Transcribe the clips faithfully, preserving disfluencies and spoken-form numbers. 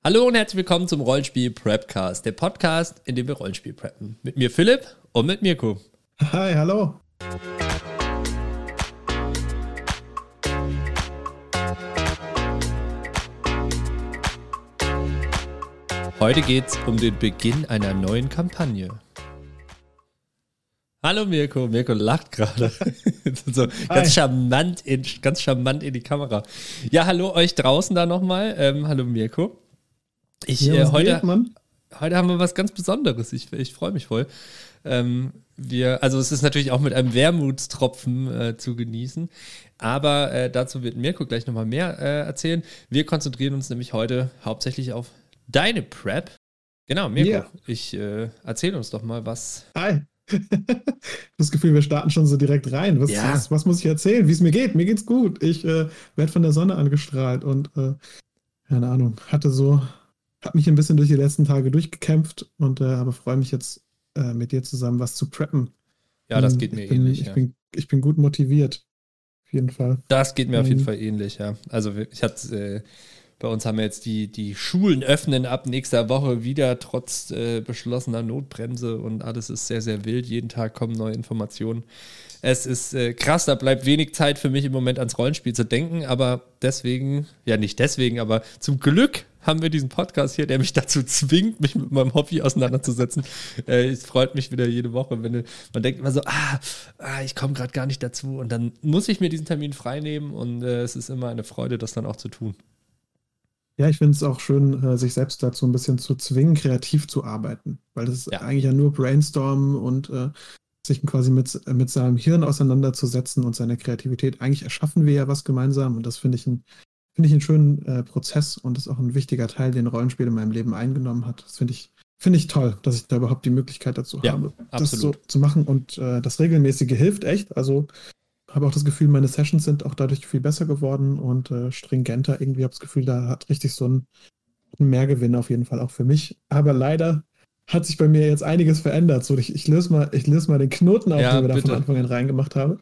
Hallo und herzlich willkommen zum Rollenspiel Prepcast, der Podcast, in dem wir Rollenspiel preppen. Mit mir Philipp und mit Mirko. Hi, hallo. Heute geht's um den Beginn einer neuen Kampagne. Hallo Mirko, Mirko lacht gerade. so ganz charmant, in, ganz charmant in die Kamera. Ja, hallo euch draußen da nochmal. Ähm, hallo Mirko. Ich, ja, äh, heute, geht, Mann? heute haben wir was ganz Besonderes. Ich, ich freue mich voll. Ähm, wir, also es ist natürlich auch mit einem Wermutstropfen äh, zu genießen. Aber äh, dazu wird Mirko gleich nochmal mehr äh, erzählen. Wir konzentrieren uns nämlich heute hauptsächlich auf deine Prep. Genau, Mirko, yeah. ich äh, erzähl uns doch mal was. Hi. Das Gefühl, wir starten schon so direkt rein. Was, ja. was, was muss ich erzählen? Wie es mir geht? Mir geht's gut. Ich äh, werde von der Sonne angestrahlt und äh, keine Ahnung, hatte so, hab mich ein bisschen durch die letzten Tage durchgekämpft und äh, aber freue mich jetzt äh, mit dir zusammen was zu preppen. Ja, das geht mir ich bin, ähnlich. Ich, ja. bin, ich bin gut motiviert. Auf jeden Fall. Das geht mir ähm, auf jeden Fall ähnlich, ja. Also ich hatte äh, bei uns haben wir jetzt die, die Schulen öffnen ab nächster Woche wieder, trotz äh, beschlossener Notbremse und alles ist sehr, sehr wild. Jeden Tag kommen neue Informationen. Es ist äh, krass, da bleibt wenig Zeit für mich im Moment ans Rollenspiel zu denken, aber deswegen, ja nicht deswegen, aber zum Glück haben wir diesen Podcast hier, der mich dazu zwingt, mich mit meinem Hobby auseinanderzusetzen. Äh, es freut mich wieder jede Woche, wenn du, man denkt immer so, ah, ah ich komme gerade gar nicht dazu und dann muss ich mir diesen Termin freinehmen und äh, es ist immer eine Freude, das dann auch zu tun. Ja, ich finde es auch schön, sich selbst dazu ein bisschen zu zwingen, kreativ zu arbeiten. Weil das ist ja eigentlich ja nur Brainstormen und äh, sich quasi mit, mit seinem Hirn auseinanderzusetzen und seiner Kreativität. Eigentlich erschaffen wir ja was gemeinsam und das finde ich, ein, find ich einen schönen äh, Prozess und ist auch ein wichtiger Teil, den Rollenspiel in meinem Leben eingenommen hat. Das finde ich, find ich toll, dass ich da überhaupt die Möglichkeit dazu ja, habe, absolut. das so zu machen. Und äh, das Regelmäßige hilft echt. Also habe auch das Gefühl, meine Sessions sind auch dadurch viel besser geworden und äh, stringenter. Irgendwie habe ich das Gefühl, da hat richtig so ein, ein Mehrgewinn auf jeden Fall auch für mich. Aber leider hat sich bei mir jetzt einiges verändert. So, ich, ich, löse mal, ich löse mal den Knoten auf, ja, den wir bitte. da von Anfang an reingemacht haben.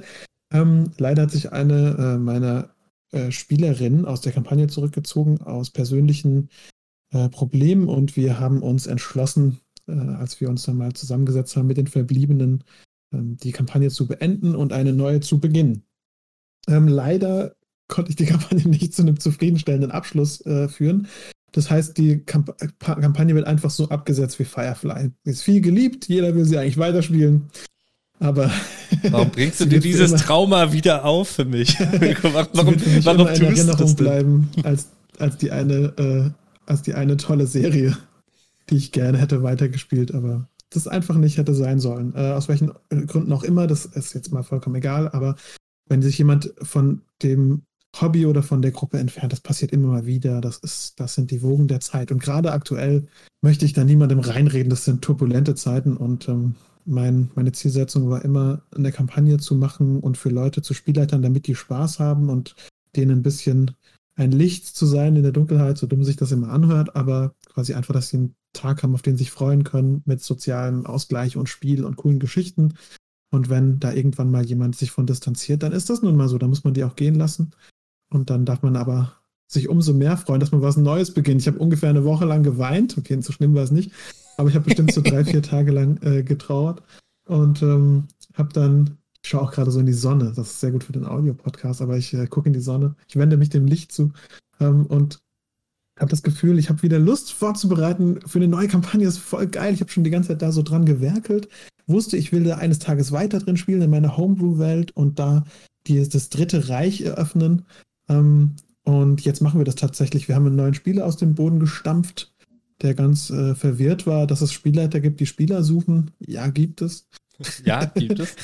ähm, leider hat sich eine äh, meiner äh, Spielerinnen aus der Kampagne zurückgezogen, aus persönlichen äh, Problemen. Und wir haben uns entschlossen, äh, als wir uns dann mal zusammengesetzt haben mit den Verbliebenen, die Kampagne zu beenden und eine neue zu beginnen. Ähm, leider konnte ich die Kampagne nicht zu einem zufriedenstellenden Abschluss äh, führen. Das heißt, die Kamp- Kampagne wird einfach so abgesetzt wie Firefly. Sie ist viel geliebt, jeder will sie eigentlich weiterspielen. Aber warum bringst du dir dieses immer, Trauma wieder auf für mich? warum warum, für mich warum tust in du Erinnerung das bleiben als, als, die eine, äh, als die eine tolle Serie, die ich gerne hätte weitergespielt, aber das einfach nicht hätte sein sollen. Äh, aus welchen Gründen auch immer, das ist jetzt mal vollkommen egal, aber wenn sich jemand von dem Hobby oder von der Gruppe entfernt, das passiert immer mal wieder, das ist, das sind die Wogen der Zeit. Und gerade aktuell möchte ich da niemandem reinreden, das sind turbulente Zeiten und ähm, mein, meine Zielsetzung war immer, eine Kampagne zu machen und für Leute zu Spielleitern, damit die Spaß haben und denen ein bisschen ein Licht zu sein in der Dunkelheit, so dumm sich das immer anhört, aber quasi einfach, dass sie einen Tag haben, auf den sie sich freuen können, mit sozialem Ausgleich und Spiel und coolen Geschichten. Und wenn da irgendwann mal jemand sich von distanziert, dann ist das nun mal so, dann muss man die auch gehen lassen. Und dann darf man aber sich umso mehr freuen, dass man was Neues beginnt. Ich habe ungefähr eine Woche lang geweint, okay, so schlimm war es nicht, aber ich habe bestimmt so drei, vier Tage lang äh, getrauert und ähm, habe dann ich schaue auch gerade so in die Sonne. Das ist sehr gut für den Audio-Podcast, aber ich äh, gucke in die Sonne. Ich wende mich dem Licht zu ähm, und habe das Gefühl, ich habe wieder Lust vorzubereiten für eine neue Kampagne. Das ist voll geil. Ich habe schon die ganze Zeit da so dran gewerkelt. Wusste, ich will da eines Tages weiter drin spielen in meiner Homebrew-Welt und da die, das dritte Reich eröffnen. Ähm, und jetzt machen wir das tatsächlich. Wir haben einen neuen Spieler aus dem Boden gestampft, der ganz äh, verwirrt war, dass es Spielleiter gibt, die Spieler suchen. Ja, gibt es. Ja, gibt es.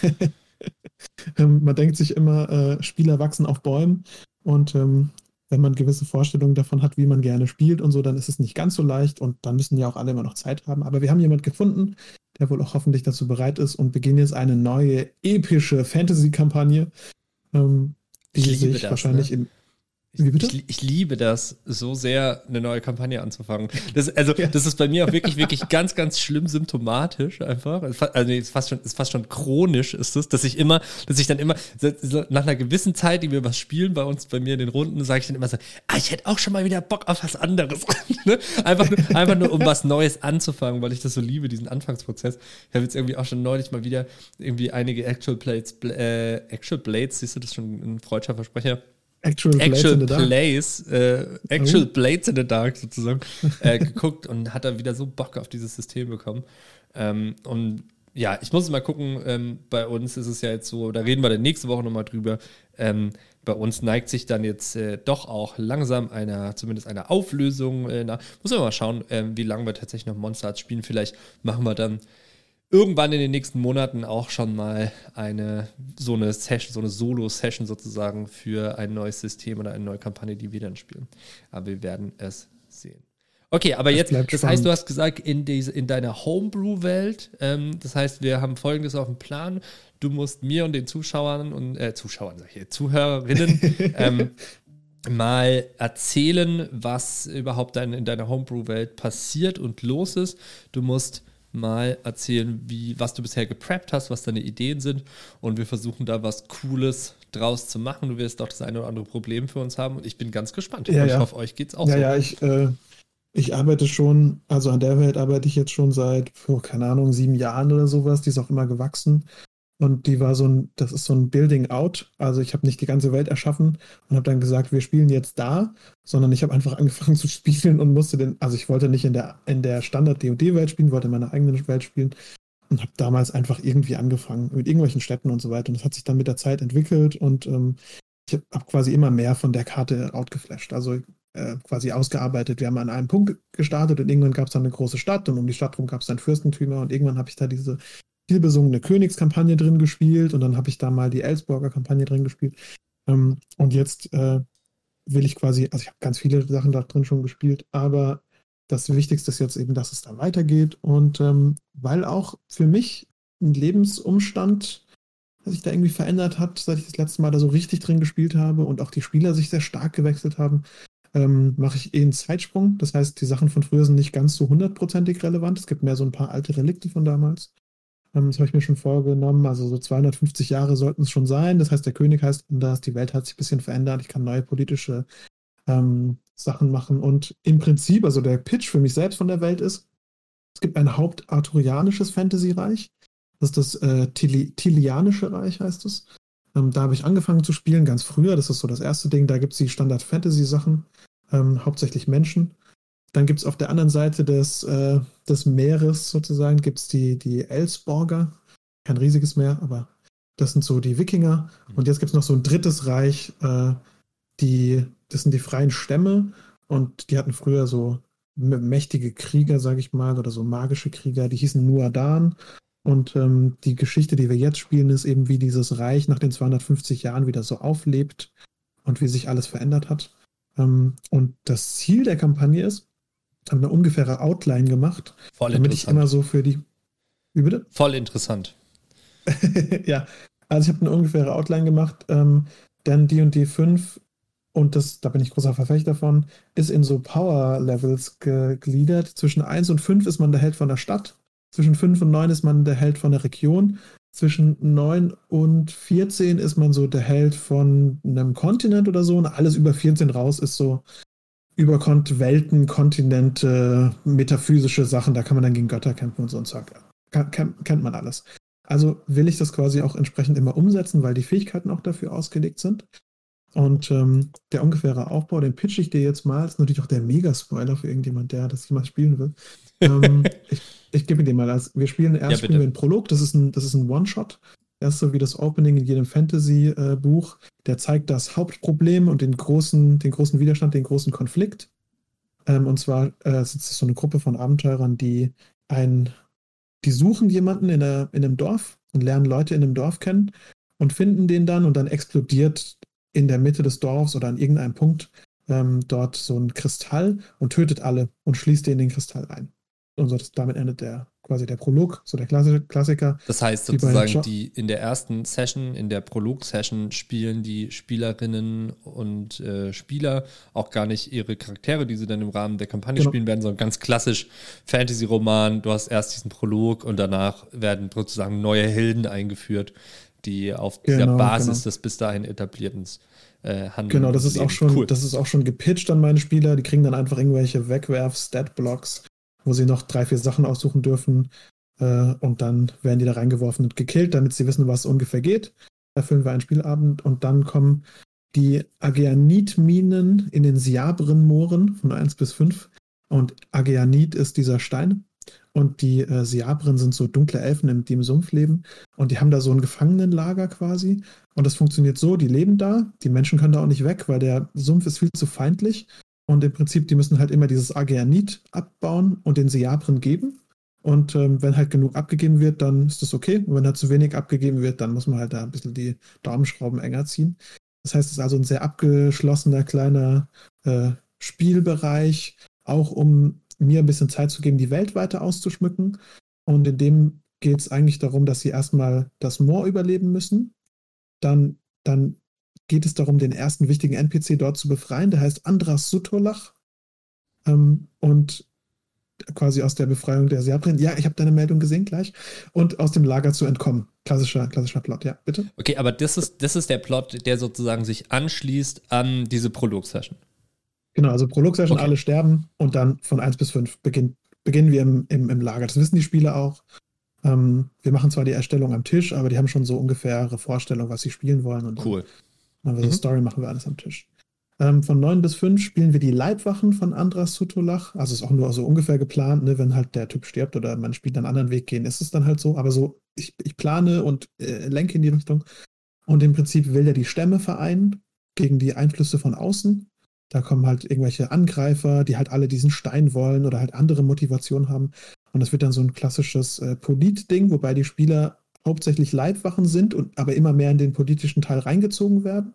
Man denkt sich immer, äh, Spieler wachsen auf Bäumen und ähm, wenn man gewisse Vorstellungen davon hat, wie man gerne spielt und so, dann ist es nicht ganz so leicht und dann müssen ja auch alle immer noch Zeit haben. Aber wir haben jemanden gefunden, der wohl auch hoffentlich dazu bereit ist und beginnen jetzt eine neue, epische Fantasy-Kampagne, ähm, die sich das, wahrscheinlich ne? in Wie bitte? Ich, ich liebe das so sehr, eine neue Kampagne anzufangen. Das, also, ja. das ist bei mir auch wirklich, wirklich ganz, ganz schlimm symptomatisch einfach. Also, nee, ist fast schon, ist fast schon chronisch ist es, dass ich immer, dass ich dann immer, nach einer gewissen Zeit, die wir was spielen bei uns, bei mir in den Runden, sage ich dann immer so, ah, ich hätte auch schon mal wieder Bock auf was anderes. einfach, nur, einfach nur, um was Neues anzufangen, weil ich das so liebe, diesen Anfangsprozess. Ich habe jetzt irgendwie auch schon neulich mal wieder irgendwie einige Actual Blades, äh, Actual Blades, siehst du, das ist schon ein freudscher Versprecher. Actual Blades Actual in the Dark. Plays, äh, Actual oh. Blades in the Dark sozusagen, äh, geguckt und hat dann wieder so Bock auf dieses System bekommen. Ähm, und ja, ich muss mal gucken, ähm, bei uns ist es ja jetzt so, da reden wir dann nächste Woche nochmal drüber, ähm, bei uns neigt sich dann jetzt äh, doch auch langsam einer, zumindest einer Auflösung äh, nach. Muss man mal schauen, äh, wie lange wir tatsächlich noch Monster Arts spielen. Vielleicht machen wir dann irgendwann in den nächsten Monaten auch schon mal eine so eine Session, so eine Solo-Session sozusagen für ein neues System oder eine neue Kampagne, die wir dann spielen. Aber wir werden es sehen. Okay, aber das jetzt, das spannend. heißt, du hast gesagt, in, diese, in deiner Homebrew-Welt, ähm, das heißt, wir haben Folgendes auf dem Plan. Du musst mir und den Zuschauern und äh, Zuschauern, sag ich hier, Zuhörerinnen ähm, mal erzählen, was überhaupt dann in deiner Homebrew-Welt passiert und los ist. Du musst mal erzählen, wie, was du bisher gepreppt hast, was deine Ideen sind und wir versuchen da was Cooles draus zu machen. Du wirst auch das eine oder andere Problem für uns haben und ich bin ganz gespannt. Ja, und ja. Ich hoffe, euch geht's auch ja, so. Ja, ja, ich, äh, ich arbeite schon, also an der Welt arbeite ich jetzt schon seit, oh, keine Ahnung, sieben Jahren oder sowas. Die ist auch immer gewachsen. Und die war so ein, das ist so ein Building out. Also ich habe nicht die ganze Welt erschaffen und habe dann gesagt, wir spielen jetzt da, sondern ich habe einfach angefangen zu spielen und musste den, also ich wollte nicht in der, in der Standard-D und D-Welt spielen, wollte in meiner eigenen Welt spielen und habe damals einfach irgendwie angefangen mit irgendwelchen Städten und so weiter. Und das hat sich dann mit der Zeit entwickelt und ähm, ich habe quasi immer mehr von der Karte outgeflasht, also äh, quasi ausgearbeitet. Wir haben an einem Punkt gestartet und irgendwann gab es dann eine große Stadt und um die Stadt rum gab es dann Fürstentümer und irgendwann habe ich da diese vielbesungene Königskampagne drin gespielt und dann habe ich da mal die Elsborger Kampagne drin gespielt. Ähm, und jetzt äh, will ich quasi, also ich habe ganz viele Sachen da drin schon gespielt, aber das Wichtigste ist jetzt eben, dass es da weitergeht und ähm, weil auch für mich ein Lebensumstand sich da irgendwie verändert hat, seit ich das letzte Mal da so richtig drin gespielt habe und auch die Spieler sich sehr stark gewechselt haben, ähm, mache ich eh einen Zeitsprung. Das heißt, die Sachen von früher sind nicht ganz so hundertprozentig relevant. Es gibt mehr so ein paar alte Relikte von damals. Das habe ich mir schon vorgenommen. Also so zweihundertfünfzig Jahre sollten es schon sein. Das heißt, der König heißt anders, die Welt hat sich ein bisschen verändert. Ich kann neue politische ähm, Sachen machen. Und im Prinzip, also der Pitch für mich selbst von der Welt ist, es gibt ein hauptarthurianisches Fantasy-Reich. Das ist das äh, Tili- Tilianische Reich, heißt es. Ähm, da habe ich angefangen zu spielen, ganz früher. Das ist so das erste Ding. Da gibt es die Standard-Fantasy-Sachen, ähm, hauptsächlich Menschen. Dann gibt es auf der anderen Seite des, äh, des Meeres sozusagen, gibt es die, die Elsborger. Kein riesiges Meer, aber das sind so die Wikinger. Und jetzt gibt es noch so ein drittes Reich, äh, die, das sind die freien Stämme. Und die hatten früher so mächtige Krieger, sage ich mal, oder so magische Krieger, die hießen Nuadan. Und ähm, die Geschichte, die wir jetzt spielen, ist eben, wie dieses Reich nach den zweihundertfünfzig Jahren wieder so auflebt und wie sich alles verändert hat. Ähm, und das Ziel der Kampagne ist, habe eine ungefähre Outline gemacht, Voll damit ich immer so für die... Wie bitte? Voll interessant. Ja, also ich habe eine ungefähre Outline gemacht, ähm, denn D und D fünf, und das, da bin ich großer Verfechter von, ist in so Power-Levels gegliedert. Zwischen eins und fünf ist man der Held von der Stadt, zwischen fünf und neun ist man der Held von der Region, zwischen neun und vierzehn ist man so der Held von einem Kontinent oder so, und alles über vierzehn raus ist so über Kont- Welten, Kontinente, metaphysische Sachen, da kann man dann gegen Götter kämpfen und so ein Zeug. Kann, kann, kennt man alles. Also will ich das quasi auch entsprechend immer umsetzen, weil die Fähigkeiten auch dafür ausgelegt sind. Und ähm, der ungefähre Aufbau, den pitch ich dir jetzt mal, ist natürlich auch der Mega-Spoiler für irgendjemand, der das jemals spielen will. ähm, ich ich gebe dir mal, also wir spielen erst Ja, spielen wir einen Prolog, das ist ein, das ist ein One-Shot. Das ist so wie das Opening in jedem Fantasy-Buch. Der zeigt das Hauptproblem und den großen, den großen Widerstand, den großen Konflikt. Ähm, und zwar äh, ist es so eine Gruppe von Abenteurern, die ein, die suchen jemanden in, der, in einem Dorf und lernen Leute in einem Dorf kennen und finden den dann und dann explodiert in der Mitte des Dorfs oder an irgendeinem Punkt ähm, dort so ein Kristall und tötet alle und schließt den in den Kristall ein. Und so, das, damit endet der quasi der Prolog, so der Klassi- Klassiker. Das heißt sozusagen, die in der ersten Session, in der Prolog-Session spielen die Spielerinnen und äh, Spieler auch gar nicht ihre Charaktere, die sie dann im Rahmen der Kampagne genau. spielen werden, sondern ganz klassisch Fantasy-Roman. Du hast erst diesen Prolog und danach werden sozusagen neue Helden eingeführt, die auf dieser genau, Basis genau. des bis dahin etablierten äh, handeln. Genau, das ist auch schon, cool. das ist auch schon gepitcht an meine Spieler. Die kriegen dann einfach irgendwelche Wegwerf-Stat-Blocks, wo sie noch drei, vier Sachen aussuchen dürfen äh, und dann werden die da reingeworfen und gekillt, damit sie wissen, was ungefähr geht. Da füllen wir einen Spielabend und dann kommen die Ageanit-Minen in den Siabren-Mooren von eins bis fünf und Ageanit ist dieser Stein und die äh, Siabren sind so dunkle Elfen, die im Sumpf leben und die haben da so ein Gefangenenlager quasi und das funktioniert so, die leben da, die Menschen können da auch nicht weg, weil der Sumpf ist viel zu feindlich. Und im Prinzip, die müssen halt immer dieses Ageanit abbauen und den Siabren geben. Und ähm, wenn halt genug abgegeben wird, dann ist das okay. Und wenn halt zu wenig abgegeben wird, dann muss man halt da ein bisschen die Daumenschrauben enger ziehen. Das heißt, es ist also ein sehr abgeschlossener kleiner äh, Spielbereich, auch um mir ein bisschen Zeit zu geben, die Welt weiter auszuschmücken. Und in dem geht es eigentlich darum, dass sie erstmal das Moor überleben müssen. Dann, dann geht es darum, den ersten wichtigen N P C dort zu befreien. Der heißt Andras Sutolach. Ähm, und quasi aus der Befreiung der Siabren. Ja, ich habe deine Meldung gesehen gleich. Und aus dem Lager zu entkommen. Klassischer, klassischer Plot, ja, bitte. Okay, aber das ist, das ist der Plot, der sozusagen sich anschließt an diese Prolog-Session. Genau, also Prolog-Session, okay. Alle sterben und dann von eins bis fünf beginn, beginnen wir im, im, im Lager. Das wissen die Spieler auch. Ähm, wir machen zwar die Erstellung am Tisch, aber die haben schon so ungefähr ihre Vorstellung, was sie spielen wollen. Und cool. Dann, also mhm. Story machen wir alles am Tisch. Ähm, von neun bis fünf spielen wir die Leibwachen von Andras Sutolach. Also ist auch nur so ungefähr geplant, ne? Wenn halt der Typ stirbt oder man spielt einen anderen Weg gehen, ist es dann halt so. Aber so, ich, ich plane und äh, lenke in die Richtung. Und im Prinzip will er die Stämme vereinen gegen die Einflüsse von außen. Da kommen halt irgendwelche Angreifer, die halt alle diesen Stein wollen oder halt andere Motivationen haben. Und das wird dann so ein klassisches äh, Polit-Ding, wobei die Spieler hauptsächlich Leibwachen sind und aber immer mehr in den politischen Teil reingezogen werden.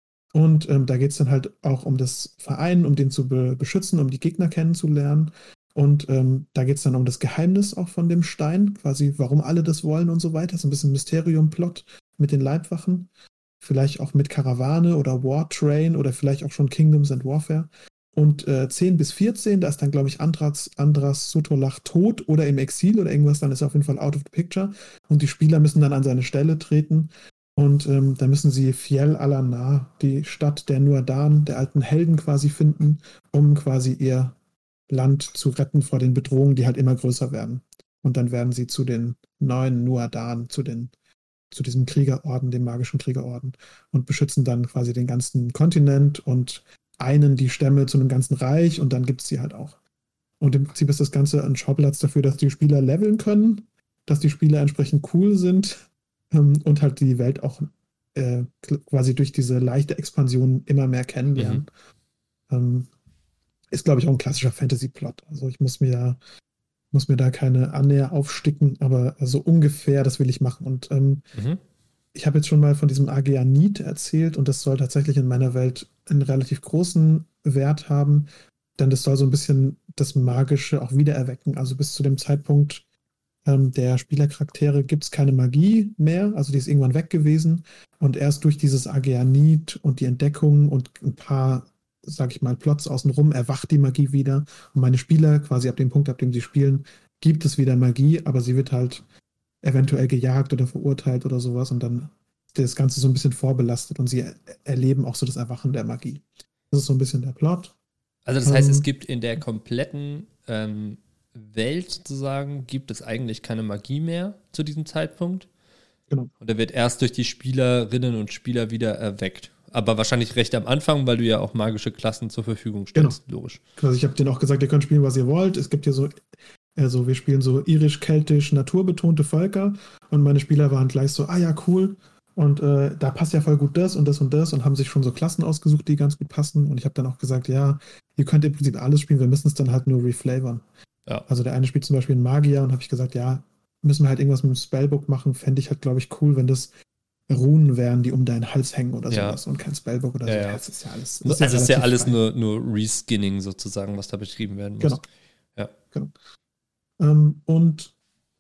Und ähm, da geht es dann halt auch um das Vereinen, um den zu be- beschützen, um die Gegner kennenzulernen. Und ähm, da geht es dann um das Geheimnis auch von dem Stein, quasi warum alle das wollen und so weiter. Das ist ein bisschen Mysterium-Plot mit den Leibwachen. Vielleicht auch mit Karawane oder War Train oder vielleicht auch schon Kingdoms and Warfare. Und äh, zehn bis vierzehn, da ist dann, glaube ich, Andras, Andras Sutolach tot oder im Exil oder irgendwas, dann ist er auf jeden Fall out of the picture. Und die Spieler müssen dann an seine Stelle treten. Und ähm, da müssen sie Fiel Alanar, die Stadt der Nuadan, der alten Helden quasi finden, um quasi ihr Land zu retten vor den Bedrohungen, die halt immer größer werden. Und dann werden sie zu den neuen Nuadan, zu den zu diesem Kriegerorden, dem magischen Kriegerorden und beschützen dann quasi den ganzen Kontinent und einen die Stämme zu einem ganzen Reich und dann gibt es sie halt auch. Und im Prinzip ist das Ganze ein Schauplatz dafür, dass die Spieler leveln können, dass die Spieler entsprechend cool sind ähm, und halt die Welt auch äh, quasi durch diese leichte Expansion immer mehr kennenlernen. Mhm. Ähm, ist, glaube ich, auch ein klassischer Fantasy-Plot. Also ich muss mir da muss mir da keine Annäher aufsticken, aber so ungefähr, das will ich machen. Und ähm, mhm. ich habe jetzt schon mal von diesem Ageanit erzählt und das soll tatsächlich in meiner Welt einen relativ großen Wert haben, denn das soll so ein bisschen das Magische auch wiedererwecken. Also bis zu dem Zeitpunkt ähm, der Spielercharaktere gibt es keine Magie mehr, also die ist irgendwann weg gewesen und erst durch dieses Ageanit und die Entdeckung und ein paar, sag ich mal, Plots außenrum, erwacht die Magie wieder. Und meine Spieler, quasi ab dem Punkt, ab dem sie spielen, gibt es wieder Magie, aber sie wird halt eventuell gejagt oder verurteilt oder sowas und dann ist das Ganze so ein bisschen vorbelastet und sie er- erleben auch so das Erwachen der Magie. Das ist so ein bisschen der Plot. Also das heißt, ähm, es gibt in der kompletten ähm, Welt sozusagen, gibt es eigentlich keine Magie mehr zu diesem Zeitpunkt. Genau. Und er wird erst durch die Spielerinnen und Spieler wieder erweckt. Aber wahrscheinlich recht am Anfang, weil du ja auch magische Klassen zur Verfügung stellst, genau. Logisch. Also ich habe denen auch gesagt, ihr könnt spielen, was ihr wollt. Es gibt hier so, also wir spielen so irisch-keltisch, naturbetonte Völker und meine Spieler waren gleich so, ah ja, cool. Und äh, da passt ja voll gut das und das und das und haben sich schon so Klassen ausgesucht, die ganz gut passen. Und ich habe dann auch gesagt, ja, ihr könnt im Prinzip alles spielen, wir müssen es dann halt nur reflavern. Ja. Also der eine spielt zum Beispiel einen Magier und habe ich gesagt, ja, müssen wir halt irgendwas mit dem Spellbook machen. Fände ich halt, glaube ich, cool, wenn das Runen wären, die um deinen Hals hängen oder ja. sowas und kein Spellbook oder so. Ja, ja. Ja, das ist ja alles. Das ist ja, also ist ja alles nur, nur Reskinning sozusagen, was da betrieben werden muss. Genau. Ja. genau. Ähm, und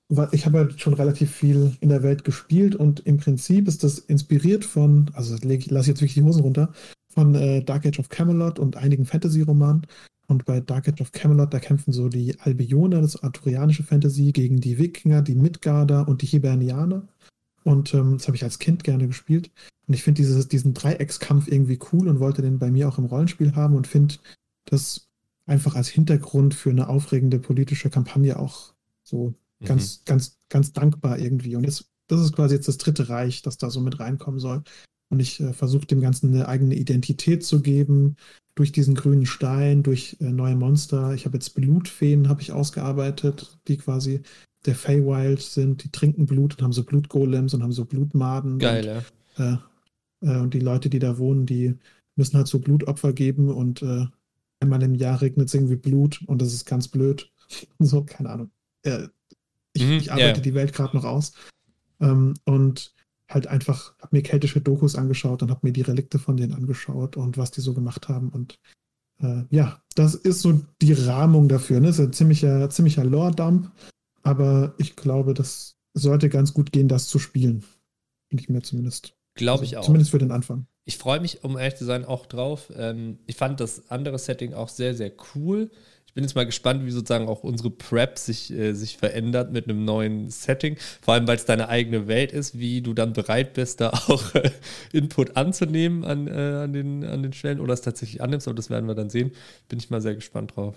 ich habe halt schon relativ viel in der Welt gespielt und im Prinzip ist das inspiriert von, also leg ich, lasse ich jetzt wirklich die Hosen runter, von äh, Dark Age of Camelot und einigen Fantasy-Romanen. Und bei Dark Age of Camelot, da kämpfen so die Albioner, das arthurianische Fantasy, gegen die Wikinger, die Midgarder und die Hibernianer. Und ähm, das habe ich als Kind gerne gespielt. Und ich finde diesen Dreieckskampf irgendwie cool und wollte den bei mir auch im Rollenspiel haben und finde das einfach als Hintergrund für eine aufregende politische Kampagne auch so ganz, mhm. ganz, ganz dankbar irgendwie. Und jetzt, das ist quasi jetzt das Dritte Reich, das da so mit reinkommen soll. Und ich äh, versuche dem Ganzen eine eigene Identität zu geben, durch diesen grünen Stein, durch äh, neue Monster. Ich habe jetzt Blutfeen, habe ich ausgearbeitet, die quasi der Feywild sind, die trinken Blut und haben so Blutgolems und haben so Blutmaden. Geil, und, ja. Äh, äh, und die Leute, die da wohnen, die müssen halt so Blutopfer geben und äh, einmal im Jahr regnet es irgendwie Blut und das ist ganz blöd. So, keine Ahnung. Äh, ich, mhm, ich arbeite yeah. die Welt gerade noch aus. Ähm, und halt einfach, habe mir keltische Dokus angeschaut und habe mir die Relikte von denen angeschaut und was die so gemacht haben. Und äh, ja, das ist so die Rahmung dafür. Ne? Das ist ein ziemlicher, ziemlicher Lore-Dump, aber ich glaube, das sollte ganz gut gehen, das zu spielen. Bin ich mir zumindest. Glaube also, ich auch. Zumindest für den Anfang. Ich freue mich, um ehrlich zu sein, auch drauf. Ähm, ich fand das andere Setting auch sehr, sehr cool. Ich bin jetzt mal gespannt, wie sozusagen auch unsere Prep sich, äh, sich verändert mit einem neuen Setting. Vor allem, weil es deine eigene Welt ist, wie du dann bereit bist, da auch äh, Input anzunehmen an, äh, an, den, an den Stellen oder es tatsächlich annimmst. Aber das werden wir dann sehen. Bin ich mal sehr gespannt drauf.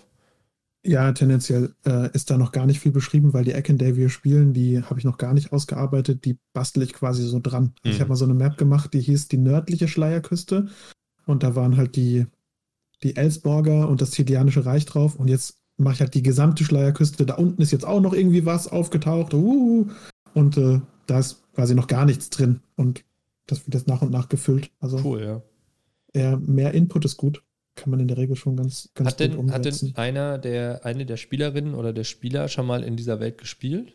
Ja, tendenziell äh, ist da noch gar nicht viel beschrieben, weil die Ecke, in der wir spielen, die habe ich noch gar nicht ausgearbeitet. Die bastel ich quasi so dran. Also mhm. Ich habe mal so eine Map gemacht, die hieß die nördliche Schleierküste. Und da waren halt die die Elsborger und das Tilianische Reich drauf und jetzt mache ich halt die gesamte Schleierküste. Da unten ist jetzt auch noch irgendwie was aufgetaucht uh, und äh, da ist quasi noch gar nichts drin und das wird jetzt nach und nach gefüllt. Also cool, ja. Eher mehr Input ist gut. Kann man in der Regel schon ganz, ganz hat gut denn, umsetzen. Hat denn einer der, eine der Spielerinnen oder der Spieler schon mal in dieser Welt gespielt?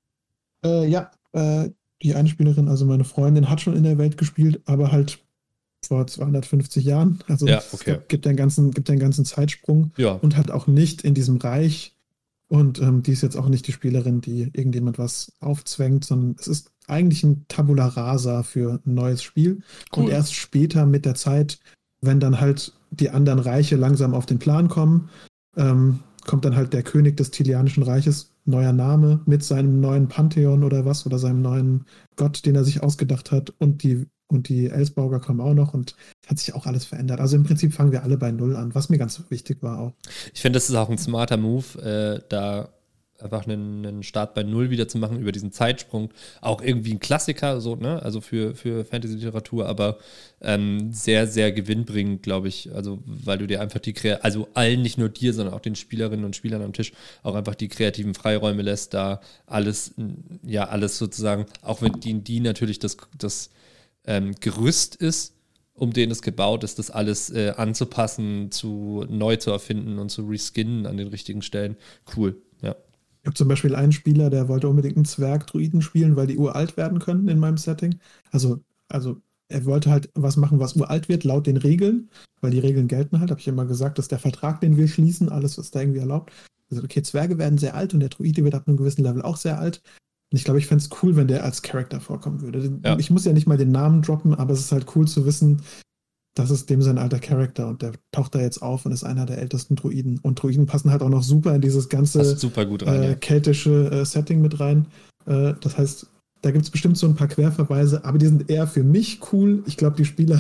Äh, ja, äh, die eine Spielerin, also meine Freundin, hat schon in der Welt gespielt, aber halt vor zweihundertfünfzig Jahren. Also ja, okay. es gibt einen ganzen, gibt einen ganzen Zeitsprung ja. und halt auch nicht in diesem Reich. Und ähm, die ist jetzt auch nicht die Spielerin, die irgendjemand was aufzwängt, sondern es ist eigentlich ein Tabula Rasa für ein neues Spiel. Cool. Und erst später mit der Zeit, wenn dann halt die anderen Reiche langsam auf den Plan kommen, ähm, kommt dann halt der König des Tilianischen Reiches, neuer Name, mit seinem neuen Pantheon oder was, oder seinem neuen Gott, den er sich ausgedacht hat, und die Und die Elsborger kommen auch noch und hat sich auch alles verändert. Also im Prinzip fangen wir alle bei Null an, was mir ganz wichtig war auch. Ich finde, das ist auch ein smarter Move, äh, da einfach einen, einen Start bei Null wieder zu machen über diesen Zeitsprung. Auch irgendwie ein Klassiker, so, ne? Also für, für Fantasy-Literatur, aber ähm, sehr, sehr gewinnbringend, glaube ich. Also, weil du dir einfach die Kre- also allen, nicht nur dir, sondern auch den Spielerinnen und Spielern am Tisch auch einfach die kreativen Freiräume lässt, da alles, ja, alles sozusagen, auch wenn die, die natürlich das, das Ähm, Gerüst ist, um den es gebaut ist, das alles äh, anzupassen, zu neu zu erfinden und zu reskinnen an den richtigen Stellen. Cool, ja. Ich habe zum Beispiel einen Spieler, der wollte unbedingt einen Zwerg-Druiden spielen, weil die uralt werden können in meinem Setting. Also, also er wollte halt was machen, was uralt wird, laut den Regeln, weil die Regeln gelten halt. Habe ich immer gesagt, dass der Vertrag, den wir schließen, alles, was da irgendwie erlaubt. Also, okay, Zwerge werden sehr alt und der Druide wird ab einem gewissen Level auch sehr alt. Und ich glaube, ich fände es cool, wenn der als Charakter vorkommen würde. Ja. Ich muss ja nicht mal den Namen droppen, aber es ist halt cool zu wissen, das ist dem sein alter Charakter und der taucht da jetzt auf und ist einer der ältesten Druiden. Und Druiden passen halt auch noch super in dieses ganze super gut rein, äh, ja. keltische äh, Setting mit rein. Äh, das heißt, da gibt es bestimmt so ein paar Querverweise, aber die sind eher für mich cool. Ich glaube, die Spieler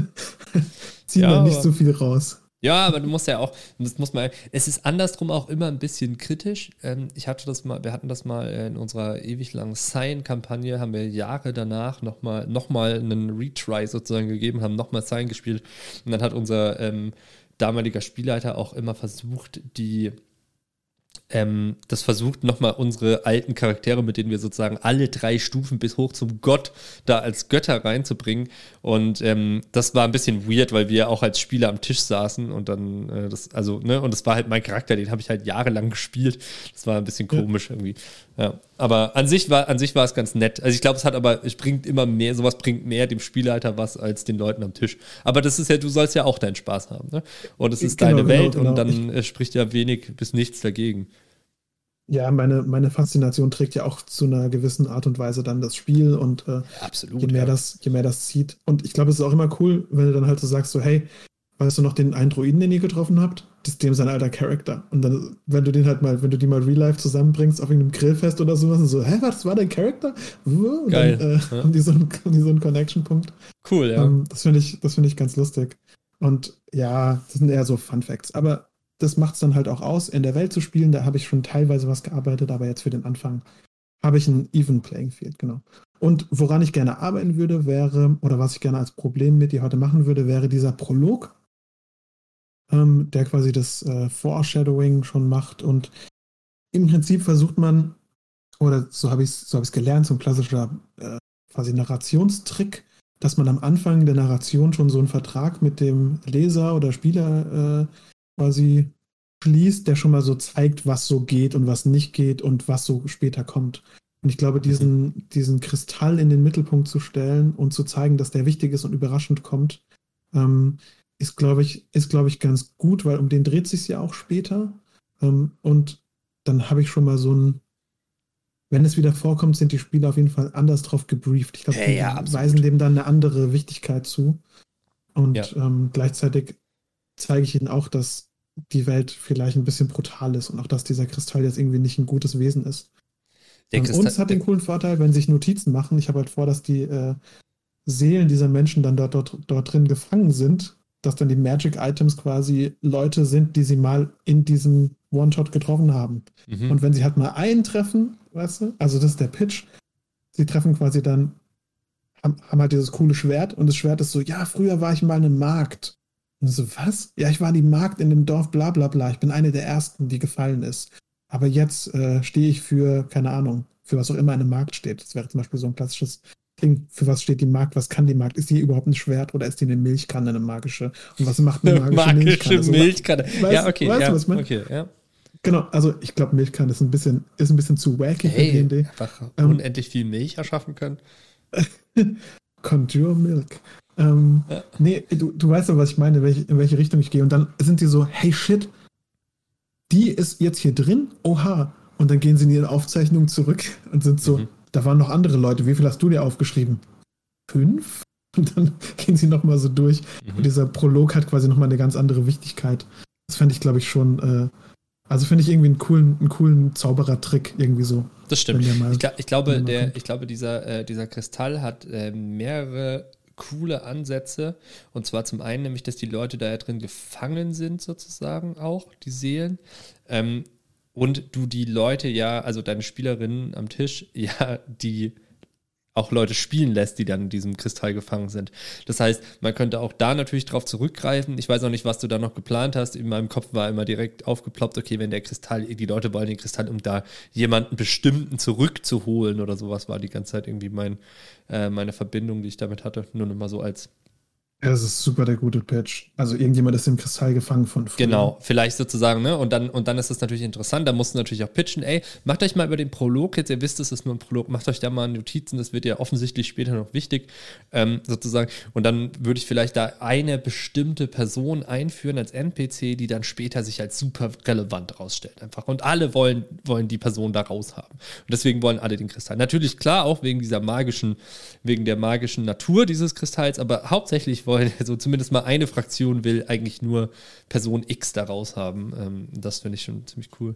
ziehen ja, da nicht so viel raus. Ja, aber du musst ja auch, das muss man, es ist andersrum auch immer ein bisschen kritisch. Ähm, ich hatte das mal, wir hatten das mal in unserer ewig langen Sign-Kampagne, haben wir Jahre danach nochmal noch mal einen Retry sozusagen gegeben, haben nochmal Sign gespielt und dann hat unser ähm, damaliger Spielleiter auch immer versucht, die Ähm, das versucht nochmal unsere alten Charaktere, mit denen wir sozusagen alle drei Stufen bis hoch zum Gott da als Götter reinzubringen. Und ähm, das war ein bisschen weird, weil wir auch als Spieler am Tisch saßen und dann, äh, das, also, ne, und das war halt mein Charakter, den habe ich halt jahrelang gespielt. Das war ein bisschen komisch irgendwie. Ja. Aber an sich war, an sich war es ganz nett. Also ich glaube, es hat aber, es bringt immer mehr, sowas bringt mehr dem Spielleiter was als den Leuten am Tisch. Aber das ist ja, du sollst ja auch deinen Spaß haben, ne? Und es ist genau, deine genau, Welt genau. und dann ich, spricht ja wenig bis nichts dagegen. Ja, meine, meine Faszination trägt ja auch zu einer gewissen Art und Weise dann das Spiel und äh, Absolut, je mehr ja. das, je mehr das zieht. Und ich glaube, es ist auch immer cool, wenn du dann halt so sagst, so, hey, weißt du noch den einen Druiden, den ihr getroffen habt? Das ist dem sein alter Charakter. Und dann, wenn du den halt mal, wenn du die mal real life zusammenbringst auf irgendeinem Grillfest oder sowas, und so, hä, was war dein Charakter? Und Geil. dann äh, Ja. haben die so einen, haben die so einen Connection-Punkt. Cool, ja. Ähm, das finde ich, das finde ich ganz lustig. Und ja, das sind eher so Fun Facts. Aber das macht es dann halt auch aus, in der Welt zu spielen. Da habe ich schon teilweise was gearbeitet, aber jetzt für den Anfang habe ich ein Even Playing Field, genau. Und woran ich gerne arbeiten würde, wäre, oder was ich gerne als Problem mit dir heute machen würde, wäre dieser Prolog, ähm, der quasi das äh, Foreshadowing schon macht. Und im Prinzip versucht man, oder so habe ich es so hab ich's gelernt, so ein klassischer äh, quasi Narrationstrick, dass man am Anfang der Narration schon so einen Vertrag mit dem Leser oder Spieler äh, quasi schließt, der schon mal so zeigt, was so geht und was nicht geht und was so später kommt. Und ich glaube, diesen, diesen Kristall in den Mittelpunkt zu stellen und zu zeigen, dass der wichtig ist und überraschend kommt, ähm, ist, glaube ich, ist, glaube ich, ganz gut, weil um den dreht sich ja auch später. Ähm, und dann habe ich schon mal so ein, wenn es wieder vorkommt, sind die Spieler auf jeden Fall anders drauf gebrieft. Ich glaube, Ja, die ja, absolut. weisen dem dann eine andere Wichtigkeit zu. Und Ja. ähm, gleichzeitig zeige ich ihnen auch, dass die Welt vielleicht ein bisschen brutal ist und auch, dass dieser Kristall jetzt irgendwie nicht ein gutes Wesen ist. Der Ähm, Kristall, und es hat den coolen Vorteil, wenn sich Notizen machen. Ich habe halt vor, dass die äh, Seelen dieser Menschen dann dort, dort, dort drin gefangen sind, dass dann die Magic-Items quasi Leute sind, die sie mal in diesem One-Shot getroffen haben. Mhm. Und wenn sie halt mal einen treffen, weißt du, also das ist der Pitch, sie treffen quasi dann, haben, haben halt dieses coole Schwert und das Schwert ist so, ja, früher war ich mal eine Magd. Und so, was? Ja, ich war die Magd in dem Dorf, bla bla bla. Ich bin eine der ersten, die gefallen ist. Aber jetzt äh, stehe ich für, keine Ahnung, für was auch immer eine Magd steht. Das wäre zum Beispiel so ein klassisches Ding. Für was steht die Magd? Was kann die Magd? Ist die überhaupt ein Schwert oder ist die eine Milchkanne, eine magische? Und was macht eine magische, magische Milchkanne? So, Milchkanne. weißt, ja, okay. Weißt ja, du, was ich meine? okay, ja. Genau, also ich glaube, Milchkanne ist ein bisschen, ist ein bisschen zu wacky Hey, für D und D. einfach Ähm, unendlich viel Milch erschaffen können. Conjure Milk. Ähm, Ja. Nee, du, du weißt ja, was ich meine, in welche, in welche Richtung ich gehe. Und dann sind die so, hey shit, die ist jetzt hier drin? Oha. Und dann gehen sie in ihre Aufzeichnung zurück und sind so, Mhm. da waren noch andere Leute. Wie viel hast du dir aufgeschrieben? Fünf? Und dann gehen sie nochmal so durch. Mhm. Und dieser Prolog hat quasi nochmal eine ganz andere Wichtigkeit. Das fände ich, glaube ich, schon, äh, also finde ich irgendwie einen coolen, einen coolen Zauberertrick irgendwie so. Das stimmt. Wenn der mal- Ich, gla- ich glaube, wenn der mal der, kommt. ich glaube, dieser, äh, dieser Kristall hat äh, mehrere coole Ansätze. Und zwar zum einen nämlich, dass die Leute da ja drin gefangen sind, sozusagen auch, die Seelen. Ähm, und du die Leute ja, also deine Spielerinnen am Tisch, ja, die auch Leute spielen lässt, die dann in diesem Kristall gefangen sind. Das heißt, man könnte auch da natürlich drauf zurückgreifen. Ich weiß auch nicht, was du da noch geplant hast. In meinem Kopf war immer direkt aufgeploppt, okay, wenn der Kristall, die Leute wollen den Kristall, um da jemanden bestimmten zurückzuholen oder sowas, war die ganze Zeit irgendwie mein, äh, meine Verbindung, die ich damit hatte. Nur noch mal so als Ja, das ist super der gute Pitch. Also irgendjemand ist im Kristall gefangen von früher. Genau, vielleicht sozusagen, ne? Und dann, und dann ist es natürlich interessant, da musst du natürlich auch pitchen, ey, macht euch mal über den Prolog jetzt, ihr wisst, es ist nur ein Prolog, macht euch da mal Notizen, das wird ja offensichtlich später noch wichtig, ähm, sozusagen. Und dann würde ich vielleicht da eine bestimmte Person einführen als N P C, die dann später sich als super relevant rausstellt einfach. Und alle wollen, wollen die Person da raus haben. Und deswegen wollen alle den Kristall. Natürlich, klar, auch wegen dieser magischen, wegen der magischen Natur dieses Kristalls, aber hauptsächlich wollen, also zumindest mal eine Fraktion will eigentlich nur Person X da raus haben. Ähm, das finde ich schon ziemlich cool.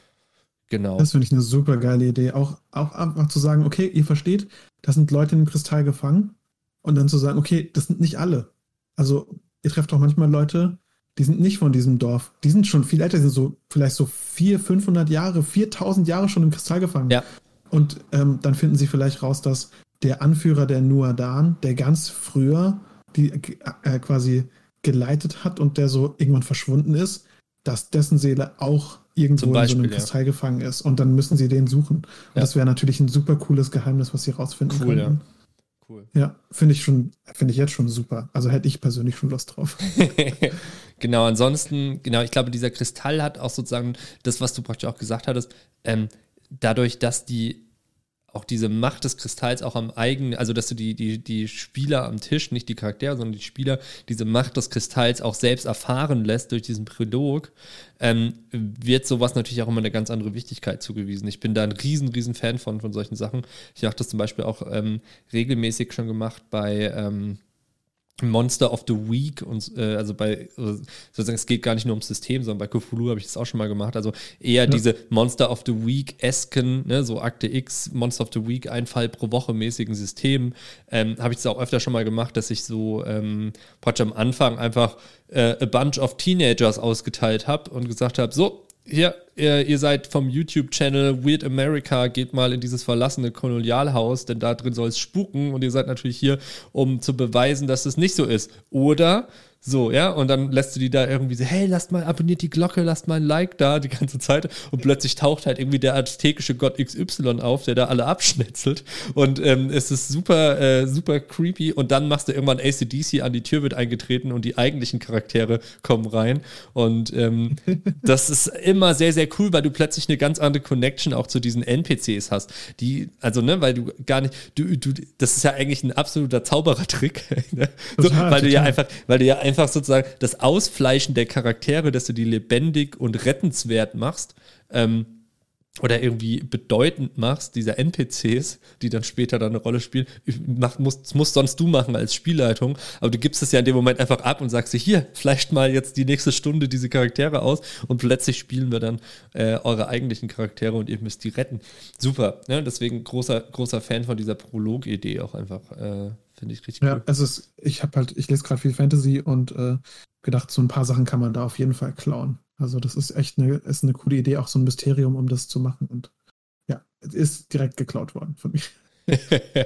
Genau. Das finde ich eine super geile Idee. Auch, auch einfach zu sagen, okay, ihr versteht, da sind Leute im Kristall gefangen. Und dann zu sagen, okay, das sind nicht alle. Also ihr trefft auch manchmal Leute, die sind nicht von diesem Dorf. Die sind schon viel älter, die sind so vielleicht so vierhundert, fünfhundert Jahre, viertausend Jahre schon im Kristall gefangen. Ja. Und ähm, dann finden sie vielleicht raus, dass der Anführer der Nuadan, der ganz früher die äh, quasi geleitet hat und der so irgendwann verschwunden ist, dass dessen Seele auch irgendwo Beispiel, in so einem ja. Kristall gefangen ist. Und dann müssen sie den suchen. Und Ja. das wäre natürlich ein super cooles Geheimnis, was sie rausfinden Cool, könnten. ja. Cool. Ja, finde ich schon, finde ich jetzt schon super. Also hätte ich persönlich schon Lust drauf. Genau, ansonsten, genau, ich glaube, dieser Kristall hat auch sozusagen das, was du praktisch auch gesagt hattest, ähm, dadurch, dass die auch diese Macht des Kristalls auch am eigenen, also dass du die, die, die Spieler am Tisch, nicht die Charaktere, sondern die Spieler, diese Macht des Kristalls auch selbst erfahren lässt durch diesen Prolog, ähm, wird sowas natürlich auch immer eine ganz andere Wichtigkeit zugewiesen. Ich bin da ein riesen, riesen Fan von, von solchen Sachen. Ich habe das zum Beispiel auch ähm, regelmäßig schon gemacht bei ähm, Monster of the Week und äh, also bei, also sozusagen, es geht gar nicht nur ums System, sondern bei Cthulhu habe ich das auch schon mal gemacht. Also eher ja. diese Monster of the Week-esken, ne, so Akte X, Monster of the Week, ein Fall pro Woche mäßigen Systemen. Ähm, habe ich das auch öfter schon mal gemacht, dass ich so ähm, praktisch am Anfang einfach äh, a bunch of Teenagers ausgeteilt habe und gesagt habe, so, hier, ihr, ihr seid vom YouTube-Channel Weird America, geht mal in dieses verlassene Kolonialhaus, denn da drin soll es spuken und ihr seid natürlich hier, um zu beweisen, dass es nicht so ist. Oder so, ja, und dann lässt du die da irgendwie so, hey, lasst mal, abonniert die Glocke, lasst mal ein Like da die ganze Zeit und plötzlich taucht halt irgendwie der aztekische Gott X Y auf, der da alle abschnetzelt und ähm, es ist super, äh, super creepy und dann machst du irgendwann A C D C an, die Tür wird eingetreten und die eigentlichen Charaktere kommen rein und ähm, das ist immer sehr, sehr cool, weil du plötzlich eine ganz andere Connection auch zu diesen N P Cs hast, die, also ne, weil du gar nicht, du, du, das ist ja eigentlich ein absoluter Zauberertrick, ne? So, total, weil du total. ja einfach, weil du ja einfach einfach sozusagen das Ausfleischen der Charaktere, dass du die lebendig und rettenswert machst, ähm, oder irgendwie bedeutend machst, dieser N P Cs, die dann später dann eine Rolle spielen, mach, musst, musst sonst du machen als Spielleitung, aber du gibst es ja in dem Moment einfach ab und sagst dir, hier, fleischt mal jetzt die nächste Stunde diese Charaktere aus und plötzlich spielen wir dann äh, eure eigentlichen Charaktere und ihr müsst die retten. Super, ne? Deswegen großer, großer Fan von dieser Prolog-Idee auch einfach, äh, finde ich richtig ja, cool. Also es, ich habe halt, ich lese gerade viel Fantasy und äh, gedacht, so ein paar Sachen kann man da auf jeden Fall klauen. Also das ist echt eine, ist eine coole Idee, auch so ein Mysterium, um das zu machen. Und ja, es ist direkt geklaut worden von mir.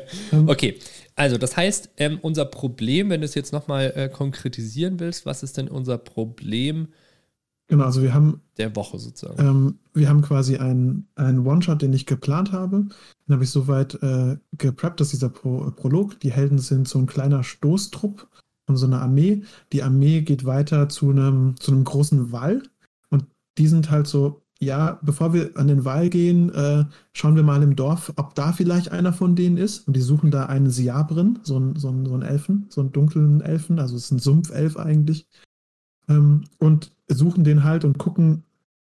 Okay, also das heißt, ähm, unser Problem, wenn du es jetzt nochmal äh, konkretisieren willst, was ist denn unser Problem Genau, also wir haben der Woche sozusagen? Ähm, wir haben quasi einen, einen One-Shot, den ich geplant habe. Den habe ich soweit äh, gepreppt, dass dieser Pro Prolog, die Helden sind so ein kleiner Stoßtrupp von so einer Armee. Die Armee geht weiter zu einem, zu einem großen Wall und die sind halt so, ja, bevor wir an den Wall gehen, äh, schauen wir mal im Dorf, ob da vielleicht einer von denen ist. Und die suchen da einen Siabren, so einen, so einen, so einen Elfen, so einen dunklen Elfen, also es ist ein Sumpfelf eigentlich. Ähm, und suchen den halt und gucken,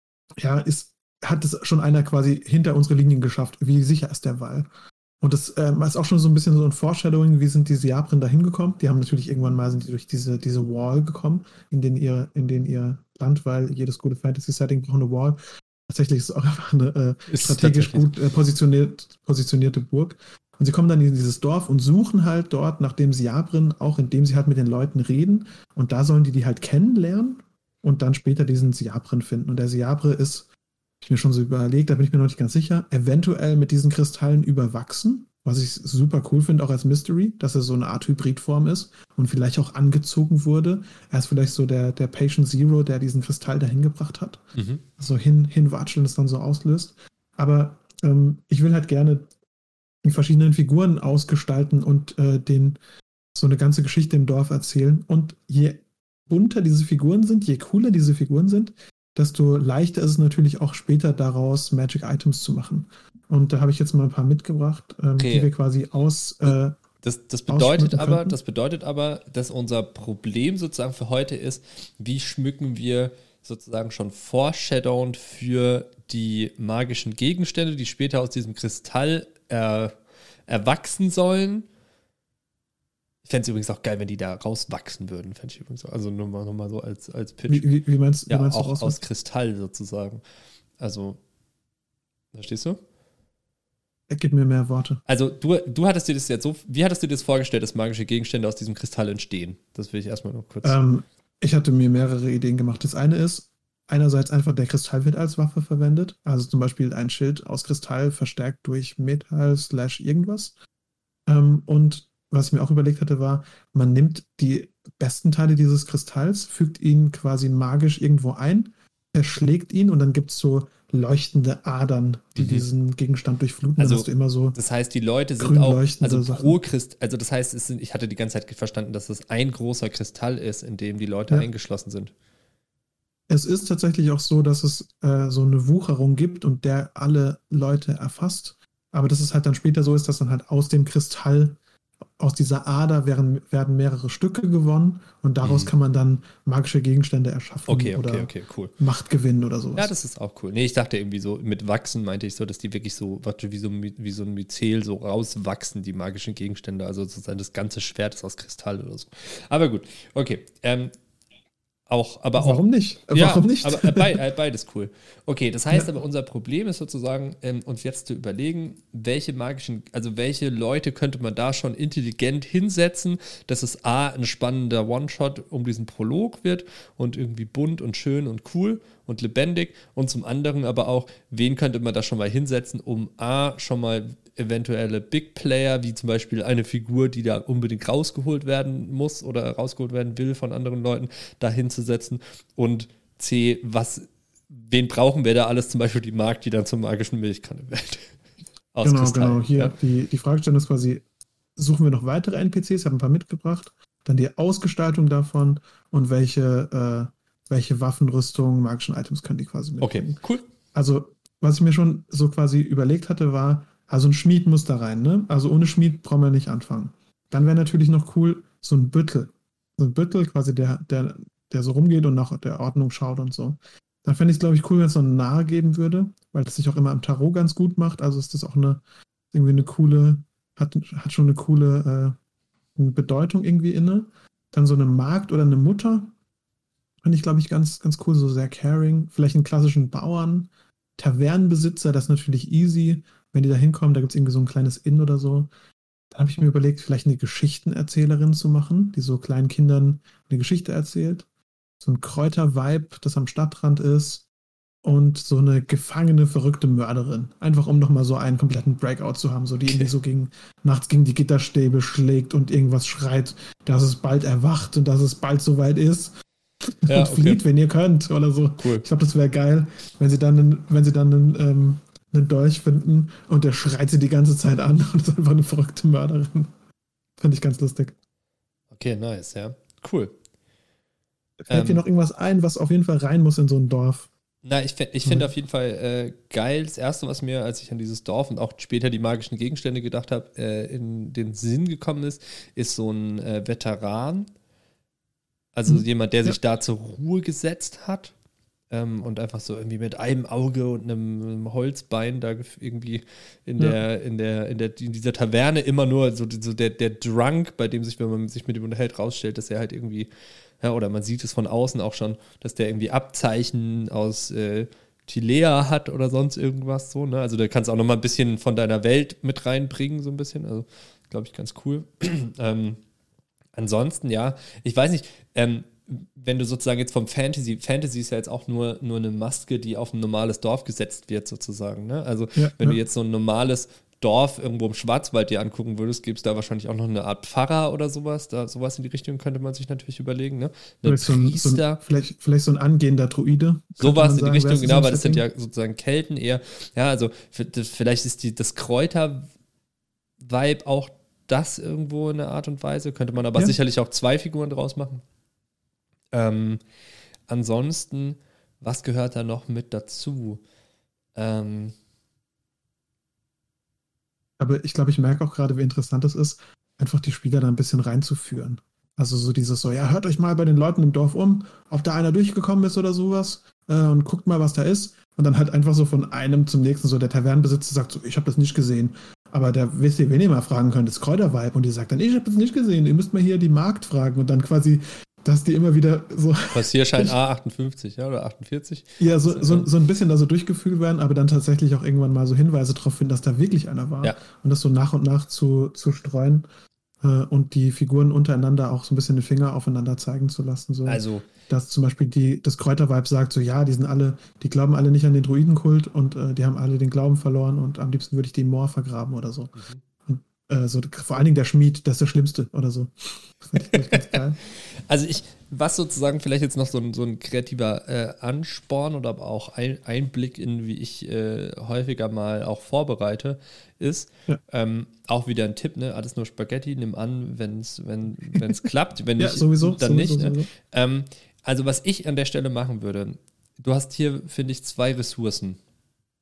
ja, ist, hat es schon einer quasi hinter unsere Linien geschafft? Wie sicher ist der Wall? Und das ähm, ist auch schon so ein bisschen so ein Foreshadowing, wie sind die Siabren da hingekommen? Die haben natürlich irgendwann mal sind die durch diese, diese Wall gekommen, in den ihr, in den ihr Land, weil jedes gute Fantasy-Setting braucht eine Wall. Tatsächlich ist es auch einfach eine äh, strategisch gut äh, positioniert, positionierte Burg. Und sie kommen dann in dieses Dorf und suchen halt dort nach dem Siabren, auch indem sie halt mit den Leuten reden. Und da sollen die die halt kennenlernen und dann später diesen Siabren finden. Und der Siabre ist, hab ich mir schon so überlegt, da bin ich mir noch nicht ganz sicher, eventuell mit diesen Kristallen überwachsen, was ich super cool finde, auch als Mystery, dass er so eine Art Hybridform ist und vielleicht auch angezogen wurde. Er ist vielleicht so der, der Patient Zero, der diesen Kristall dahin gebracht hat. Mhm. So hin, hinwatscheln, das dann so auslöst. Aber ähm, ich will halt gerne die verschiedenen Figuren ausgestalten und äh, den so eine ganze Geschichte im Dorf erzählen. Und je bunter diese Figuren sind, je cooler diese Figuren sind, desto leichter ist es natürlich auch später daraus Magic Items zu machen. Und da habe ich jetzt mal ein paar mitgebracht, ähm, okay. die wir quasi aus äh, das, das bedeutet aber, das bedeutet aber, dass unser Problem sozusagen für heute ist, wie schmücken wir sozusagen schon foreshadowend für die magischen Gegenstände, die später aus diesem Kristall äh, erwachsen sollen. Ich fände es übrigens auch geil, wenn die da rauswachsen würden. Fände ich übrigens auch. Also nur mal, nur mal so als, als Pitch. Wie, wie, wie meinst, ja, wie meinst auch du auch aus Kristall sozusagen. Also, verstehst du? Gib mir mehr Worte. Also du, du hattest dir das jetzt so, wie hattest du dir das vorgestellt, dass magische Gegenstände aus diesem Kristall entstehen? Das will ich erstmal noch kurz. Ähm, ich hatte mir mehrere Ideen gemacht. Das eine ist, einerseits einfach der Kristall wird als Waffe verwendet. Also zum Beispiel ein Schild aus Kristall verstärkt durch Metall slash irgendwas. Ähm, und was ich mir auch überlegt hatte, war, man nimmt die besten Teile dieses Kristalls, fügt ihn quasi magisch irgendwo ein, erschlägt ihn und dann gibt es so leuchtende Adern, die mhm. diesen Gegenstand durchfluten. Also, dann hast du immer so das heißt, die Leute sind auch, also pro Christ, also das heißt, es sind, ich hatte die ganze Zeit verstanden, dass es ein großer Kristall ist, in dem die Leute ja. eingeschlossen sind. Es ist tatsächlich auch so, dass es äh, so eine Wucherung gibt und der alle Leute erfasst. aber dass es halt dann später so ist, dass dann halt aus dem Kristall, aus dieser Ader werden, werden mehrere Stücke gewonnen und daraus Mhm. kann man dann magische Gegenstände erschaffen Okay, okay, oder okay, cool. Macht gewinnen oder sowas. Ja, das ist auch cool. Nee, ich dachte irgendwie so, mit Wachsen meinte ich so, dass die wirklich so, warte, wie so, ein My- wie so ein Myzel so rauswachsen, die magischen Gegenstände. Also sozusagen das ganze Schwert ist aus Kristall oder so. Aber gut, okay. Ähm, auch, aber auch. Warum nicht? Äh, Ja, Warum nicht? aber äh, beid, äh, beides cool. Okay, das heißt Ja. aber, unser Problem ist sozusagen, ähm, uns jetzt zu überlegen, welche magischen, also welche Leute könnte man da schon intelligent hinsetzen, dass es A, ein spannender One-Shot um diesen Prolog wird und irgendwie bunt und schön und cool und lebendig und zum anderen aber auch, wen könnte man da schon mal hinsetzen, um A, schon mal eventuelle Big Player, wie zum Beispiel eine Figur, die da unbedingt rausgeholt werden muss oder rausgeholt werden will von anderen Leuten, da hinzusetzen und C, was, wen brauchen wir da alles, zum Beispiel die Magd, die dann zur magischen Milchkanne wird. Aus Genau, Kristall. genau. Hier Ja. die, die Fragestellung ist quasi, suchen wir noch weitere N P Cs? Ich habe ein paar mitgebracht. Dann die Ausgestaltung davon und welche, äh, welche Waffen, Rüstungen, magischen Items können die quasi mitbringen. Okay, cool. Also, was ich mir schon so quasi überlegt hatte, war, also ein Schmied muss da rein, ne? Also ohne Schmied brauchen wir nicht anfangen. Dann wäre natürlich noch cool, so ein Büttel. So ein Büttel, quasi der, der, der so rumgeht und nach der Ordnung schaut und so. Dann fände ich es, glaube ich, cool, wenn es so einen Narr geben würde, weil das sich auch immer im Tarot ganz gut macht. Also ist das auch eine, irgendwie eine coole, hat, hat schon eine coole äh, eine Bedeutung irgendwie inne. Dann so eine Magd oder eine Mutter, finde ich, glaube ich, ganz, ganz cool, so sehr caring. Vielleicht einen klassischen Bauern, Tavernenbesitzer, das ist natürlich easy. Wenn die da hinkommen, da gibt es irgendwie so ein kleines Inn oder so. Dann habe ich mir überlegt, vielleicht eine Geschichtenerzählerin zu machen, die so kleinen Kindern eine Geschichte erzählt. So ein Kräuter-Vibe, das am Stadtrand ist. Und so eine gefangene, verrückte Mörderin. Einfach um nochmal so einen kompletten Breakout zu haben, so die irgendwie so gegen, nachts gegen die Gitterstäbe schlägt und irgendwas schreit, dass es bald erwacht und dass es bald soweit ist. Ja, und okay. flieht, wenn ihr könnt oder so. Cool. Ich glaube, das wäre geil, wenn sie dann, einen, wenn sie dann einen, ähm, einen Dolch finden und der schreit sie die ganze Zeit an und ist einfach eine verrückte Mörderin. Fand ich ganz lustig. Okay, nice, ja. Cool. Fällt Ähm, dir noch irgendwas ein, was auf jeden Fall rein muss in so ein Dorf? Na, ich, fä- ich finde auf jeden Fall äh, geil, das Erste, was mir, als ich an dieses Dorf und auch später die magischen Gegenstände gedacht habe, äh, in den Sinn gekommen ist, ist so ein äh, Veteran. Also Mhm. jemand, der Ja. sich da zur Ruhe gesetzt hat ähm, und einfach so irgendwie mit einem Auge und einem, einem Holzbein da gef- irgendwie in Ja. der, in der, in der, in dieser Taverne immer nur so, so der, der Drunk, bei dem sich, wenn man sich mit ihm unterhält, rausstellt, dass er halt irgendwie, ja, oder man sieht es von außen auch schon, dass der irgendwie Abzeichen aus äh, Tilea hat oder sonst irgendwas so, ne? Also da kannst du auch noch mal ein bisschen von deiner Welt mit reinbringen, so ein bisschen. Also, glaube ich, ganz cool. ähm, ansonsten, ja, ich weiß nicht, ähm, wenn du sozusagen jetzt vom Fantasy, Fantasy ist ja jetzt auch nur, nur eine Maske, die auf ein normales Dorf gesetzt wird, sozusagen, ne? Also, Ja, wenn ja. du jetzt so ein normales Dorf irgendwo im Schwarzwald dir angucken würdest, gibt es da wahrscheinlich auch noch eine Art Pfarrer oder sowas. Da, sowas in die Richtung könnte man sich natürlich überlegen, ne? Ein Vielleicht so, ein, so Priester. ein, vielleicht, vielleicht so ein angehender Druide. könnte Sowas man in die sagen, Richtung, wär's so genau, ein weil das sind Setting? ja sozusagen Kelten eher. Ja, also f- das- vielleicht ist die, das Kräuter-Vibe auch das irgendwo in einer Art und Weise. Könnte man aber Ja. sicherlich auch zwei Figuren draus machen. Ähm, ansonsten, was gehört da noch mit dazu? Ähm, Aber ich glaube, ich merke auch gerade, wie interessant es ist, einfach die Spieler da ein bisschen reinzuführen. Also so dieses so, ja, hört euch mal bei den Leuten im Dorf um, ob da einer durchgekommen ist oder sowas äh, und guckt mal, was da ist. Und dann halt einfach so von einem zum nächsten, so der Tavernenbesitzer sagt so, ich habe das nicht gesehen. Aber der wisst ihr, wen ihr mal fragen könnt, ist Kräuterweib. Und die sagt dann, ich habe das nicht gesehen, ihr müsst mal hier die Magd fragen. Und dann quasi, dass die immer wieder so Passierschein A achtundfünfzig, ja, oder achtundvierzig. ja, so, so, so ein bisschen da so durchgefühlt werden, aber dann tatsächlich auch irgendwann mal so Hinweise darauf finden, dass da wirklich einer war. Ja. Und das so nach und nach zu, zu streuen äh, und die Figuren untereinander auch so ein bisschen den Finger aufeinander zeigen zu lassen. So. Also, Dass zum Beispiel die, das Kräuterweib sagt so, ja, die sind alle, die glauben alle nicht an den Druidenkult und äh, die haben alle den Glauben verloren und am liebsten würde ich die im Moor vergraben oder so. Mhm. Und, äh, so vor allen Dingen der Schmied, das ist der Schlimmste oder so. Das finde ich, glaub ich, ganz geil. Also ich, was sozusagen vielleicht jetzt noch so ein, so ein kreativer äh, Ansporn oder aber auch ein Einblick in, wie ich äh, häufiger mal auch vorbereite, ist, Ja. ähm, auch wieder ein Tipp, ne? Alles nur Spaghetti, nimm an, wenn's, wenn es klappt, wenn Ja, nicht, sowieso, dann sowieso, nicht. Ne? sowieso. Ähm, also was ich an der Stelle machen würde, du hast hier, finde ich, zwei Ressourcen.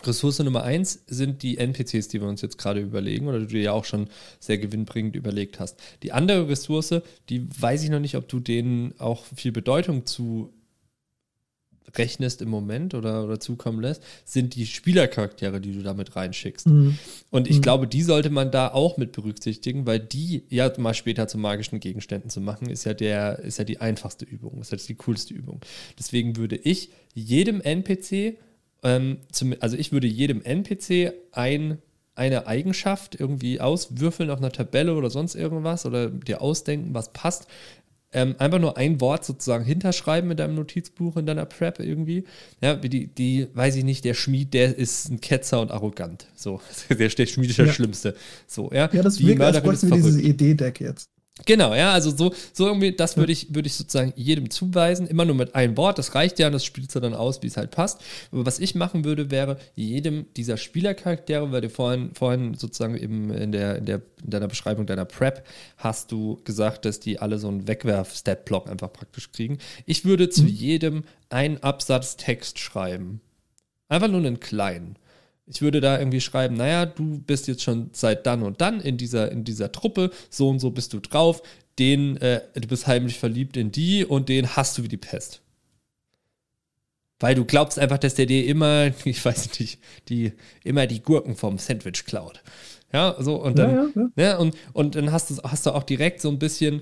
Ressource Nummer eins sind die N P Cs, die wir uns jetzt gerade überlegen oder die du ja auch schon sehr gewinnbringend überlegt hast. Die andere Ressource, die weiß ich noch nicht, ob du denen auch viel Bedeutung zu rechnest im Moment oder, oder zukommen lässt, sind die Spielercharaktere, die du damit reinschickst. Mhm. Und ich mhm. glaube, die sollte man da auch mit berücksichtigen, weil die ja mal später zu magischen Gegenständen zu machen, ist ja, der, ist ja die einfachste Übung, ist ja die coolste Übung. Deswegen würde ich jedem N P C, ähm, zum, also ich würde jedem N P C ein, eine Eigenschaft irgendwie auswürfeln auf einer Tabelle oder sonst irgendwas oder dir ausdenken, was passt. Ähm, einfach nur ein Wort sozusagen hinterschreiben in deinem Notizbuch, in deiner Prep irgendwie. Ja, wie die, die, weiß ich nicht, der Schmied, der ist ein Ketzer und arrogant. So, der, der Schmied ist der ja. Schlimmste. So, ja, ja das wirkt, als bräuchten wir dieses Idee-Deck jetzt. Genau, ja, also so, so irgendwie, das würde ich, würde ich sozusagen jedem zuweisen, immer nur mit einem Wort, das reicht ja und das spielt so dann aus, wie es halt passt. Aber was ich machen würde, wäre jedem dieser Spielercharaktere, weil du vorhin, vorhin sozusagen eben in der, in der, in deiner Beschreibung deiner Prep hast du gesagt, dass die alle so einen Wegwerf-Stat-Block einfach praktisch kriegen. Ich würde mhm. zu jedem einen Absatz Text schreiben. Einfach nur einen kleinen. Ich würde da irgendwie schreiben, naja, du bist jetzt schon seit dann und dann in dieser, in dieser Truppe, so und so bist du drauf, den, äh, du bist heimlich verliebt in die und den hast du wie die Pest. Weil du glaubst einfach, dass der dir immer, ich weiß nicht, die, immer die Gurken vom Sandwich klaut. Ja, so und dann, ja, ja, ja. Ja, und, und dann hast du, hast du auch direkt so ein bisschen,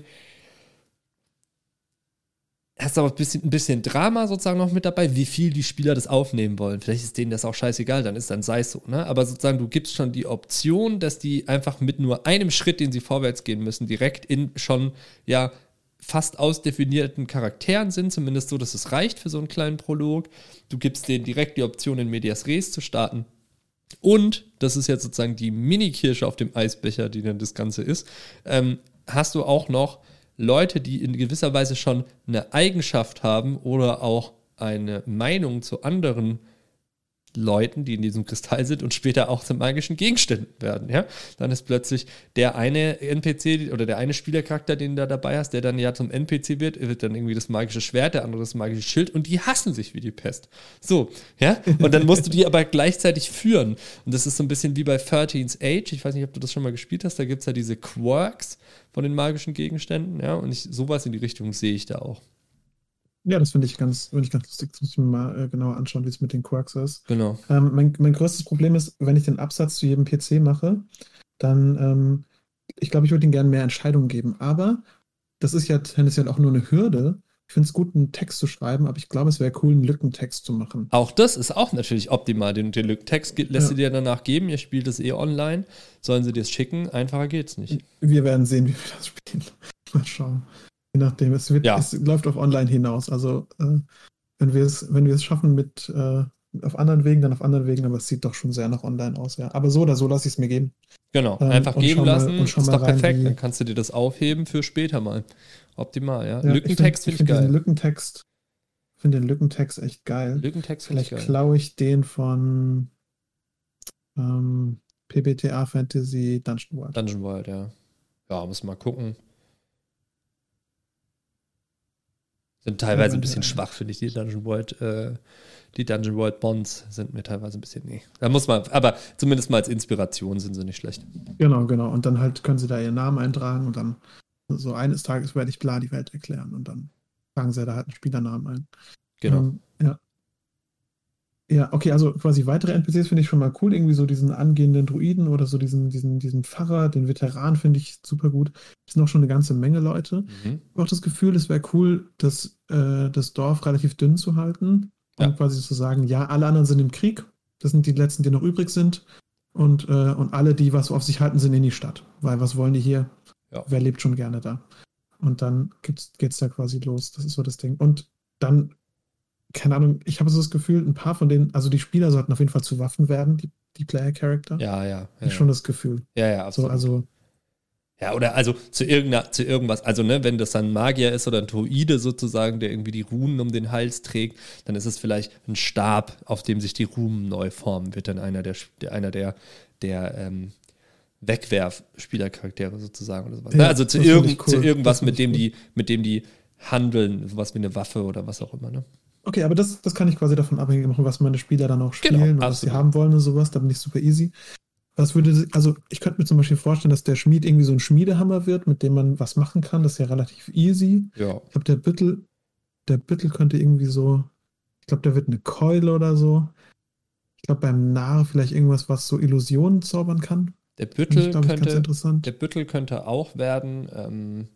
hast du auch ein bisschen, ein bisschen Drama sozusagen noch mit dabei, wie viel die Spieler das aufnehmen wollen. Vielleicht ist denen das auch scheißegal, dann ist dann sei es so, ne? Aber sozusagen, du gibst schon die Option, dass die einfach mit nur einem Schritt, den sie vorwärts gehen müssen, direkt in schon, ja, fast ausdefinierten Charakteren sind, zumindest so, dass es reicht für so einen kleinen Prolog. Du gibst denen direkt die Option, in Medias Res zu starten. Und, das ist jetzt sozusagen die Mini-Kirsche auf dem Eisbecher, die dann das Ganze ist, ähm, hast du auch noch Leute, die in gewisser Weise schon eine Eigenschaft haben oder auch eine Meinung zu anderen Leuten, die in diesem Kristall sind und später auch zu magischen Gegenständen werden, ja. Dann ist plötzlich der eine N P C oder der eine Spielercharakter, den du da dabei hast, der dann ja zum N P C wird, wird dann irgendwie das magische Schwert, der andere das magische Schild und die hassen sich wie die Pest. So, ja. Und dann musst du die aber gleichzeitig führen. Und das ist so ein bisschen wie bei thirteenth Age. Ich weiß nicht, ob du das schon mal gespielt hast. Da gibt es ja diese Quirks von den magischen Gegenständen, ja. Und ich, sowas in die Richtung sehe ich da auch. Ja, das finde ich ganz, finde ich ganz lustig. Das muss ich mir mal äh, genauer anschauen, wie es mit den Quirks ist. Genau. Ähm, mein, mein größtes Problem ist, wenn ich den Absatz zu jedem P C mache, dann, ähm, ich glaube, ich würde ihnen gerne mehr Entscheidungen geben. Aber das ist ja tendenziell auch nur eine Hürde. Ich finde es gut, einen Text zu schreiben, aber ich glaube, es wäre cool, einen Lückentext zu machen. Auch das ist auch natürlich optimal. Den, den Lückentext lässt ja. sie dir danach geben. Ihr spielt es eh online. Sollen sie dir es schicken? Einfacher geht's nicht. Wir werden sehen, wie wir das spielen. Mal schauen. Je nachdem, es, wird, ja. es läuft auf online hinaus. Also äh, wenn wir es, wenn wir es schaffen mit äh, auf anderen Wegen, dann auf anderen Wegen, aber es sieht doch schon sehr nach online aus, ja. Aber so oder so lasse ich es mir geben. Genau, ähm, einfach geben lassen, mal, ist doch rein, perfekt. Dann kannst du dir das aufheben für später mal. Optimal, ja. ja Lückentext finde ich, find, ich, find geil. Lückentext, ich finde den Lückentext echt geil. Lückentext Vielleicht klaue ich den von ähm, P B T A Fantasy Dungeon World. Dungeon World, ja. Ja, muss mal gucken. Sind teilweise ein bisschen schwach, finde ich, die Dungeon World, äh, die Dungeon World Bonds sind mir teilweise ein bisschen, nee. Da muss man, aber zumindest mal als Inspiration sind sie nicht schlecht. Genau, genau. Und dann halt können sie da ihren Namen eintragen und dann so eines Tages werde ich bla die Welt erklären und dann tragen sie da halt einen Spielernamen ein. Genau. Ähm, ja. Ja, okay, also quasi weitere N P Cs finde ich schon mal cool. Irgendwie so diesen angehenden Druiden oder so diesen, diesen, diesen Pfarrer, den Veteran finde ich super gut. Es sind auch schon eine ganze Menge Leute. Mhm. Ich habe auch das Gefühl, es wäre cool, das, äh, das Dorf relativ dünn zu halten und ja. quasi zu sagen, ja, alle anderen sind im Krieg. Das sind die letzten, die noch übrig sind. Und, äh, und alle, die was auf sich halten, sind in die Stadt. Weil was wollen die hier? Ja. Wer lebt schon gerne da? Und dann geht's, geht's da quasi los. Das ist so das Ding. Und dann keine Ahnung, ich habe so das Gefühl, ein paar von denen, also die Spieler sollten auf jeden Fall zu Waffen werden, die, die Player-Charakter. Ja, ja. ja ich ja. schon das Gefühl. Ja, ja, absolut. So, also, ja, oder also zu, irgendeiner, zu irgendwas, also ne, wenn das dann ein Magier ist oder ein Druide sozusagen, der irgendwie die Runen um den Hals trägt, dann ist es vielleicht ein Stab, auf dem sich die Runen neu formen, wird dann einer der, der einer der, der ähm, Wegwerf-Spielercharaktere sozusagen oder sowas. Ja, also zu, irgend, cool. zu irgendwas, mit dem, cool. die, mit dem die handeln, sowas wie eine Waffe oder was auch immer, ne? Okay, aber das, das kann ich quasi davon abhängig machen, was meine Spieler dann auch spielen Genau, und was sie absolut. haben wollen und sowas. Da bin ich super easy. Was würde, also ich könnte mir zum Beispiel vorstellen, dass der Schmied irgendwie so ein Schmiedehammer wird, mit dem man was machen kann. Das ist ja relativ easy. Ja. Ich glaube, der Büttel, der Büttel könnte irgendwie so, ich glaube, der wird eine Keule oder so. Ich glaube, beim Narr vielleicht irgendwas, was so Illusionen zaubern kann. Der Finde ich, Büttel glaube ich, ganz könnte, der interessant. Büttel könnte auch werden, ähm,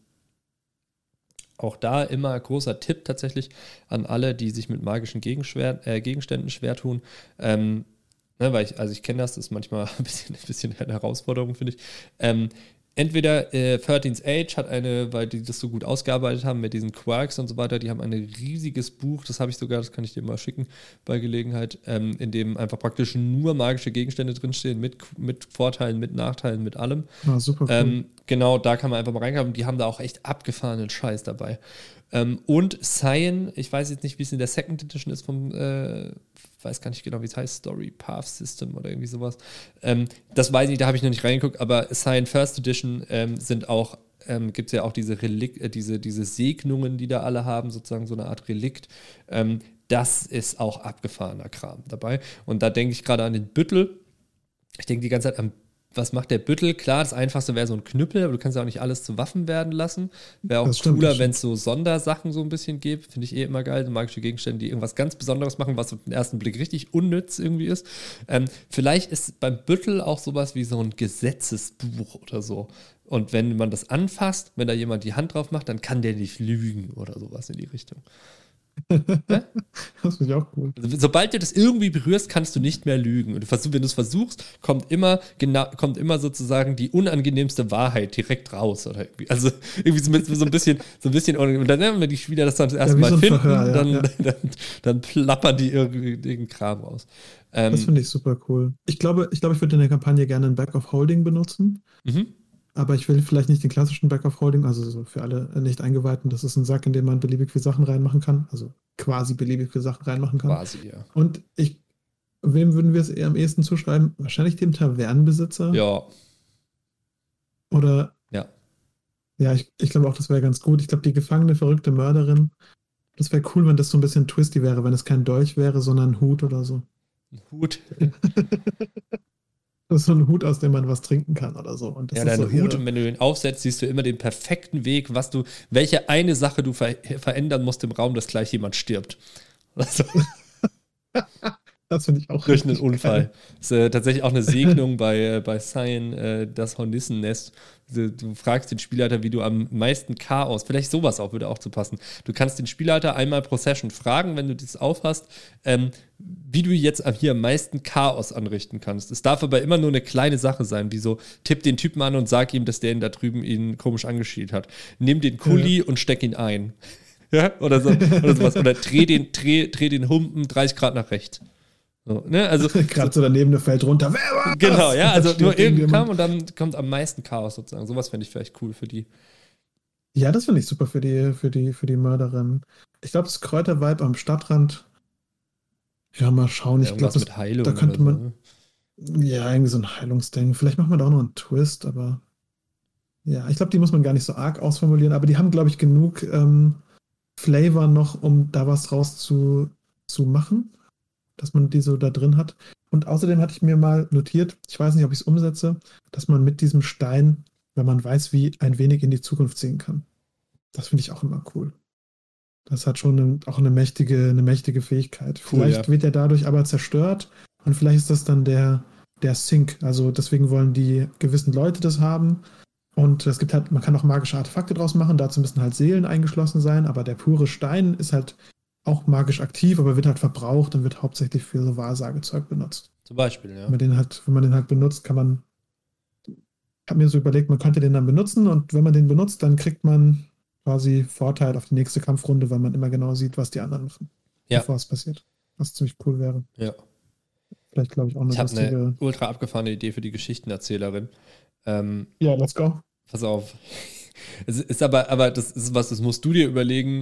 auch da immer großer Tipp tatsächlich an alle, die sich mit magischen Gegenschwer, äh, Gegenständen schwer tun. Ähm, ne, weil ich, also ich kenne das, das ist manchmal ein bisschen, ein bisschen eine Herausforderung, finde ich. Ähm, entweder äh, thirteenth Age hat eine, weil die das so gut ausgearbeitet haben mit diesen Quarks und so weiter, die haben ein riesiges Buch, das habe ich sogar, das kann ich dir mal schicken bei Gelegenheit, ähm, in dem einfach praktisch nur magische Gegenstände drinstehen, mit, mit Vorteilen, mit Nachteilen, mit allem. Ah, super cool. Ähm, genau, da kann man einfach mal reinkommen. Die haben da auch echt abgefahrenen Scheiß dabei. Ähm, und Cyan, ich weiß jetzt nicht, wie es in der Second Edition ist vom, äh, weiß gar nicht genau, wie es heißt, Story Path System oder irgendwie sowas. Ähm, das weiß ich nicht, da habe ich noch nicht reingeguckt, aber Cyan First Edition ähm, sind auch, ähm, gibt es ja auch diese Relik, äh, diese, diese Segnungen, die da alle haben, sozusagen so eine Art Relikt. Ähm, das ist auch abgefahrener Kram dabei. Und da denke ich gerade an den Büttel. Ich denke die ganze Zeit an, was macht der Büttel? Klar, das Einfachste wäre so ein Knüppel, aber du kannst ja auch nicht alles zu Waffen werden lassen. Wäre auch Das stimmt, cooler, das wenn stimmt. es so Sondersachen so ein bisschen gibt. Finde ich eh immer geil. So magische Gegenstände, die irgendwas ganz Besonderes machen, was auf den ersten Blick richtig unnütz irgendwie ist. Ähm, vielleicht ist beim Büttel auch sowas wie so ein Gesetzesbuch oder so. Und wenn man das anfasst, wenn da jemand die Hand drauf macht, dann kann der nicht lügen oder sowas in die Richtung. Ne? Das finde ich auch cool. Also, sobald du das irgendwie berührst, kannst du nicht mehr lügen. Und du versuch, wenn du es versuchst, kommt immer, genau, kommt immer sozusagen die unangenehmste Wahrheit direkt raus. Oder irgendwie. Also irgendwie so, mit, so ein bisschen, so ein bisschen, und dann, wenn die Spieler das dann das erste Ja, wie Mal so ein finden, Verhör, ja, dann, ja. dann, dann plappern die irgendwie irgendeinen Kram raus. Das Ähm, finde ich super cool. Ich glaube, ich glaube, ich würde in der Kampagne gerne ein Back of Holding benutzen, mhm, aber ich will vielleicht nicht den klassischen Back of Holding, also so für alle Nicht-Eingeweihten, das ist ein Sack, in den man beliebig viele Sachen reinmachen kann, also quasi beliebig viele Sachen reinmachen kann. quasi, ja. Und ich, wem würden wir es eher am ehesten zuschreiben? Wahrscheinlich dem Tavernenbesitzer Ja, oder, ja. ja, ich, ich glaube auch, das wäre ganz gut. Ich glaube, die gefangene, verrückte Mörderin, das wäre cool, wenn das so ein bisschen twisty wäre, wenn es kein Dolch wäre, sondern ein Hut oder so. Ein Hut. Das ist so ein Hut, aus dem man was trinken kann oder so. Und das Ja, ist so dein Hut, ihre. und wenn du den aufsetzt, siehst du immer den perfekten Weg, was du, welche eine Sache du ver verändern musst im Raum, dass gleich jemand stirbt. Also, Das finde ich auch durch einen richtig Unfall. geil. Das ist äh, tatsächlich auch eine Segnung bei, äh, bei Cyan, äh, das Hornissennest. Du, du fragst den Spielleiter, wie du am meisten Chaos, vielleicht sowas auch, würde auch zu passen. Du kannst den Spielleiter einmal pro Session fragen, wenn du das aufhast, ähm, wie du jetzt hier am meisten Chaos anrichten kannst. Es darf aber immer nur eine kleine Sache sein, wie so, tipp den Typen an und sag ihm, dass der ihn da drüben ihn komisch angeschielt hat. Nimm den Kuli Ja. und steck ihn ein. Ja, oder so, oder sowas. Oder dreh den, dreh, dreh den Humpen dreißig Grad nach rechts. So, ne? Also, Gerade so daneben, der fällt runter. Wer war's? genau, ja, Und also dann nur stirbt irgendwann irgendjemand. kam und dann kommt am meisten Chaos sozusagen. Sowas fände ich vielleicht cool für die. Ja, das finde ich super für die, für die, für die Mörderin. Ich glaube, das Kräuterweib am Stadtrand. Ja, mal schauen. Ich glaube, Irgendwas mit Heilung da oder könnte so. man. Ne? Ja, irgendwie so ein Heilungsding. Vielleicht machen wir da auch noch einen Twist, aber. Ja, ich glaube, die muss man gar nicht so arg ausformulieren, aber die haben, glaube ich, genug ähm, Flavor noch, um da was draus zu, zu machen, dass man die so da drin hat. Und außerdem hatte ich mir mal notiert, ich weiß nicht, ob ich es umsetze, dass man mit diesem Stein, wenn man weiß, wie, ein wenig in die Zukunft sehen kann. Das finde ich auch immer cool. Das hat schon eine, auch eine mächtige, eine mächtige Fähigkeit. Cool, Vielleicht ja. wird er dadurch aber zerstört und vielleicht ist das dann der, der Sync. Also deswegen wollen die gewissen Leute das haben. Und es gibt halt, man kann auch magische Artefakte draus machen, dazu müssen halt Seelen eingeschlossen sein, aber der pure Stein ist halt auch magisch aktiv, aber wird halt verbraucht und wird hauptsächlich für so Wahrsagezeug benutzt. Zum Beispiel, Wenn ja. man den halt, wenn man den halt benutzt, kann man, ich habe mir so überlegt, man könnte den dann benutzen und wenn man den benutzt, dann kriegt man quasi Vorteil auf die nächste Kampfrunde, weil man immer genau sieht, was die anderen machen, Ja, bevor es passiert. Was ziemlich cool wäre. ja. Vielleicht, glaube ich, auch eine Ich habe eine lustige. ultra abgefahrene Idee für die Geschichtenerzählerin. Ähm, Ja, let's go. pass auf. Es ist aber, aber das ist was, das musst du dir überlegen,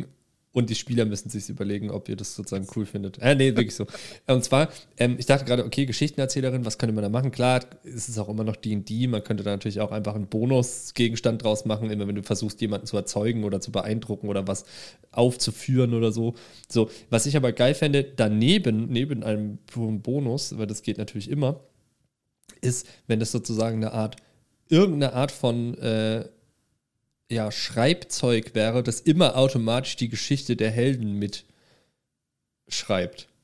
Und die Spieler müssen sich überlegen, ob ihr das sozusagen cool findet. Äh, nee, wirklich so. Und zwar, ähm, ich dachte gerade, okay, Geschichtenerzählerin, was könnte man da machen? Klar, es ist auch immer noch D und D. Man könnte da natürlich auch einfach einen Bonusgegenstand draus machen, immer wenn du versuchst, jemanden zu erzeugen oder zu beeindrucken oder was aufzuführen oder so. So, was ich aber geil fände, daneben, neben einem puren Bonus, weil das geht natürlich immer, ist, wenn das sozusagen eine Art, irgendeine Art von äh, ja, Schreibzeug wäre, das immer automatisch die Geschichte der Helden mitschreibt.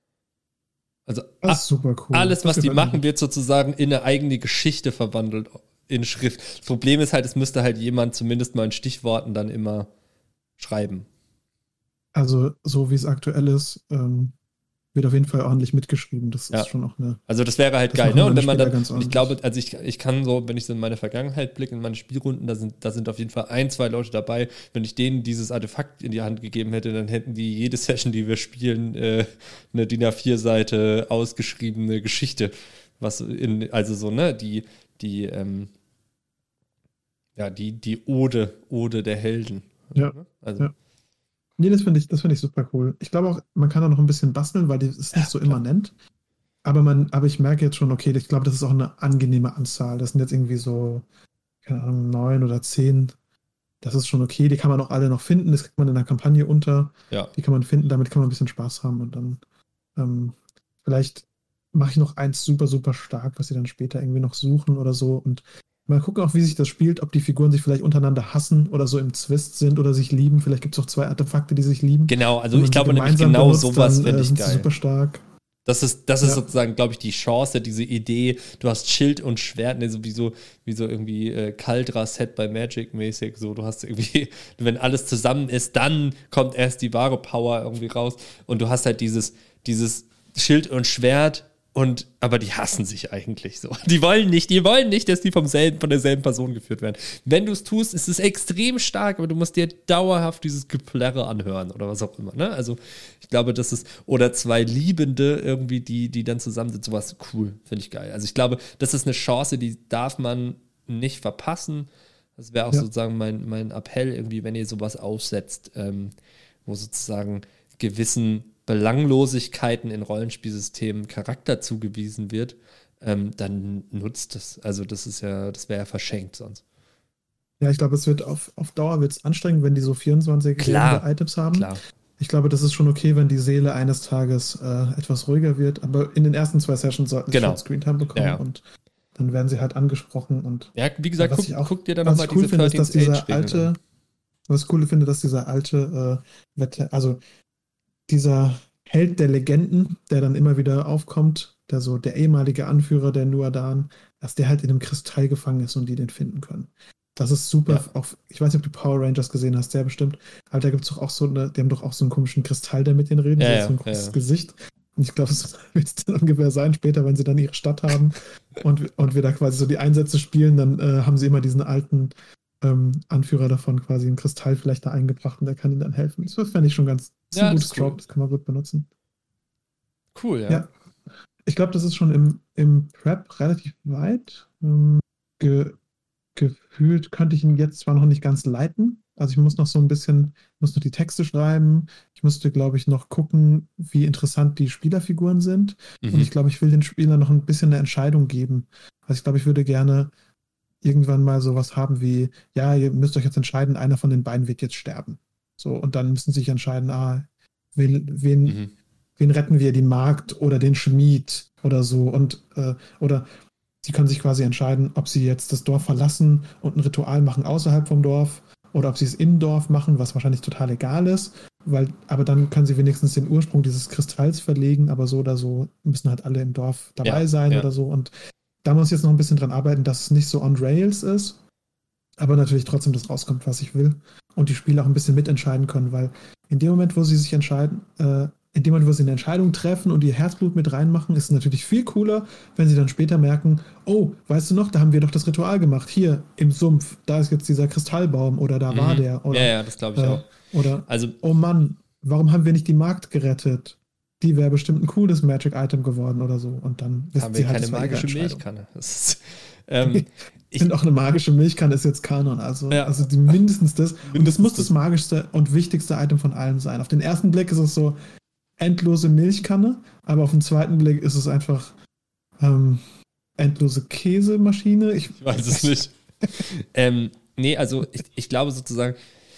Also das ist super cool. Alles, was das die machen, wird sozusagen in eine eigene Geschichte verwandelt, in Schrift. Das Problem ist halt, es müsste halt jemand zumindest mal in Stichworten dann immer schreiben. Also so wie es aktuell ist, ähm, wird auf jeden Fall ordentlich mitgeschrieben. Das ja. ist schon auch eine. Also das wäre halt das geil, ne? Und wenn man dann, ich glaube, also ich, ich kann so, wenn ich so in meine Vergangenheit blicke, in meine Spielrunden, da sind, da sind auf jeden Fall ein, zwei Leute dabei. Wenn ich denen dieses Artefakt in die Hand gegeben hätte, dann hätten die jede Session, die wir spielen, äh, eine D I N A vier Seite ausgeschriebene Geschichte. Was in, also so, ne, die, die, ähm, ja, die, die Ode, Ode der Helden. Ja. Also. Ja. Nee, das finde ich, das finde ich super cool. Ich glaube auch, man kann da noch ein bisschen basteln, weil das ist nicht ja, so klar. immanent. Aber man, aber ich merke jetzt schon, okay, ich glaube, das ist auch eine angenehme Anzahl. Das sind jetzt irgendwie so, keine Ahnung, neun oder zehn. Das ist schon okay. Die kann man auch alle noch finden. Das kriegt man in der Kampagne unter. Ja. Die kann man finden. Damit kann man ein bisschen Spaß haben. Und dann ähm, vielleicht mache ich noch eins super, super stark, was sie dann später irgendwie noch suchen oder so. Und mal gucken auch, wie sich das spielt, ob die Figuren sich vielleicht untereinander hassen oder so im Zwist sind oder sich lieben. Vielleicht gibt es auch zwei Artefakte, die sich lieben. Genau, also ich glaube nämlich genau benutzt, sowas finde ich äh, geil. Super stark. Das ist, das ist ja. sozusagen, glaube ich, die Chance, diese Idee, du hast Schild und Schwert, ne, so wie so, wie so irgendwie äh, Kaldra-Set bei Magic mäßig, so, du hast irgendwie, wenn alles zusammen ist, dann kommt erst die wahre Power irgendwie raus und du hast halt dieses, dieses Schild und Schwert und, aber die hassen sich eigentlich so. Die wollen nicht, die wollen nicht, dass die vom selben, von derselben Person geführt werden. Wenn du es tust, ist es extrem stark, aber du musst dir dauerhaft dieses Geplärre anhören oder was auch immer, ne? Also, ich glaube, das ist, oder zwei Liebende irgendwie, die, die dann zusammen sind, sowas cool, finde ich geil. Also, ich glaube, das ist eine Chance, die darf man nicht verpassen. Das wäre auch ja. sozusagen mein, mein Appell irgendwie, wenn ihr sowas aufsetzt, ähm, wo sozusagen gewissen Belanglosigkeiten in Rollenspielsystemen Charakter zugewiesen wird, ähm, dann nutzt das. Also das ist ja, das wäre ja verschenkt sonst. Ja, ich glaube, es wird auf, auf Dauer wird's anstrengend, wenn die so vierundzwanzig klar, Items haben. Klar. Ich glaube, das ist schon okay, wenn die Seele eines Tages äh, etwas ruhiger wird, aber in den ersten zwei Sessions sollten sie genau. schon Screentime bekommen ja, ja. und dann werden sie halt angesprochen. Und ja, wie gesagt, guck, auch, guck dir dann nochmal cool diese finde, ist, dass dieser Age alte, was ich cool finde, dass dieser alte äh, Wette, also dieser Held der Legenden, der dann immer wieder aufkommt, der so der ehemalige Anführer der Nuadan, dass der halt in einem Kristall gefangen ist und die den finden können. Das ist super. Ja. Auch, ich weiß nicht, ob du Power Rangers gesehen hast, sehr bestimmt. Aber da gibt es doch auch so eine, die haben doch auch so einen komischen Kristall, der mit denen redet, ja, so ein großes ja, ja. Gesicht. Und ich glaube, das wird es dann ungefähr sein, später, wenn sie dann ihre Stadt haben und, und wir da quasi so die Einsätze spielen, dann äh, haben sie immer diesen alten ähm, Anführer davon quasi einen Kristall vielleicht da eingebracht und der kann ihnen dann helfen. Das fände ich schon ganz das ja, ein gutes das cool. Trope, das kann man gut benutzen. Cool, ja. ja. Ich glaube, das ist schon im, im Prep relativ weit. Ähm, ge, gefühlt könnte ich ihn jetzt zwar noch nicht ganz leiten. Also ich muss noch so ein bisschen, muss noch die Texte schreiben. Ich musste, glaube ich, noch gucken, wie interessant die Spielerfiguren sind. Mhm. Und ich glaube, ich will den Spielern noch ein bisschen eine Entscheidung geben. Also ich glaube, ich würde gerne irgendwann mal sowas haben wie, ja, ihr müsst euch jetzt entscheiden, einer von den beiden wird jetzt sterben. So, und dann müssen sie sich entscheiden, ah, wen, wen, mhm. wen retten wir, den Markt oder den Schmied oder so. Und, äh, oder sie können sich quasi entscheiden, ob sie jetzt das Dorf verlassen und ein Ritual machen außerhalb vom Dorf oder ob sie es im Dorf machen, was wahrscheinlich total egal ist, weil, aber dann können sie wenigstens den Ursprung dieses Kristalls verlegen, aber so oder so müssen halt alle im Dorf dabei ja, sein ja. oder so. Und da muss ich jetzt noch ein bisschen dran arbeiten, dass es nicht so on Rails ist, aber natürlich trotzdem das rauskommt, was ich will. Und die Spieler auch ein bisschen mitentscheiden können, weil in dem Moment, wo sie sich entscheiden, äh, in dem Moment, wo sie eine Entscheidung treffen und ihr Herzblut mit reinmachen, ist es natürlich viel cooler, wenn sie dann später merken, oh, weißt du noch, da haben wir doch das Ritual gemacht, hier im Sumpf, da ist jetzt dieser Kristallbaum oder da mhm. war der. Oder, ja, ja, das glaube ich äh, auch. Oder, also, oh Mann, warum haben wir nicht die Magd gerettet? Die wäre bestimmt ein cooles Magic-Item geworden oder so. Und dann haben wir halt, keine magische Milchkanne. Das ist, ähm, Ich finde auch eine magische Milchkanne ist jetzt Kanon, also, ja. also die mindestens das. Mindestens und das muss das magischste und wichtigste Item von allen sein. Auf den ersten Blick ist es so endlose Milchkanne, aber auf den zweiten Blick ist es einfach ähm, endlose Käsemaschine. Ich, ich weiß es nicht. ähm, nee, also ich, ich glaube sozusagen,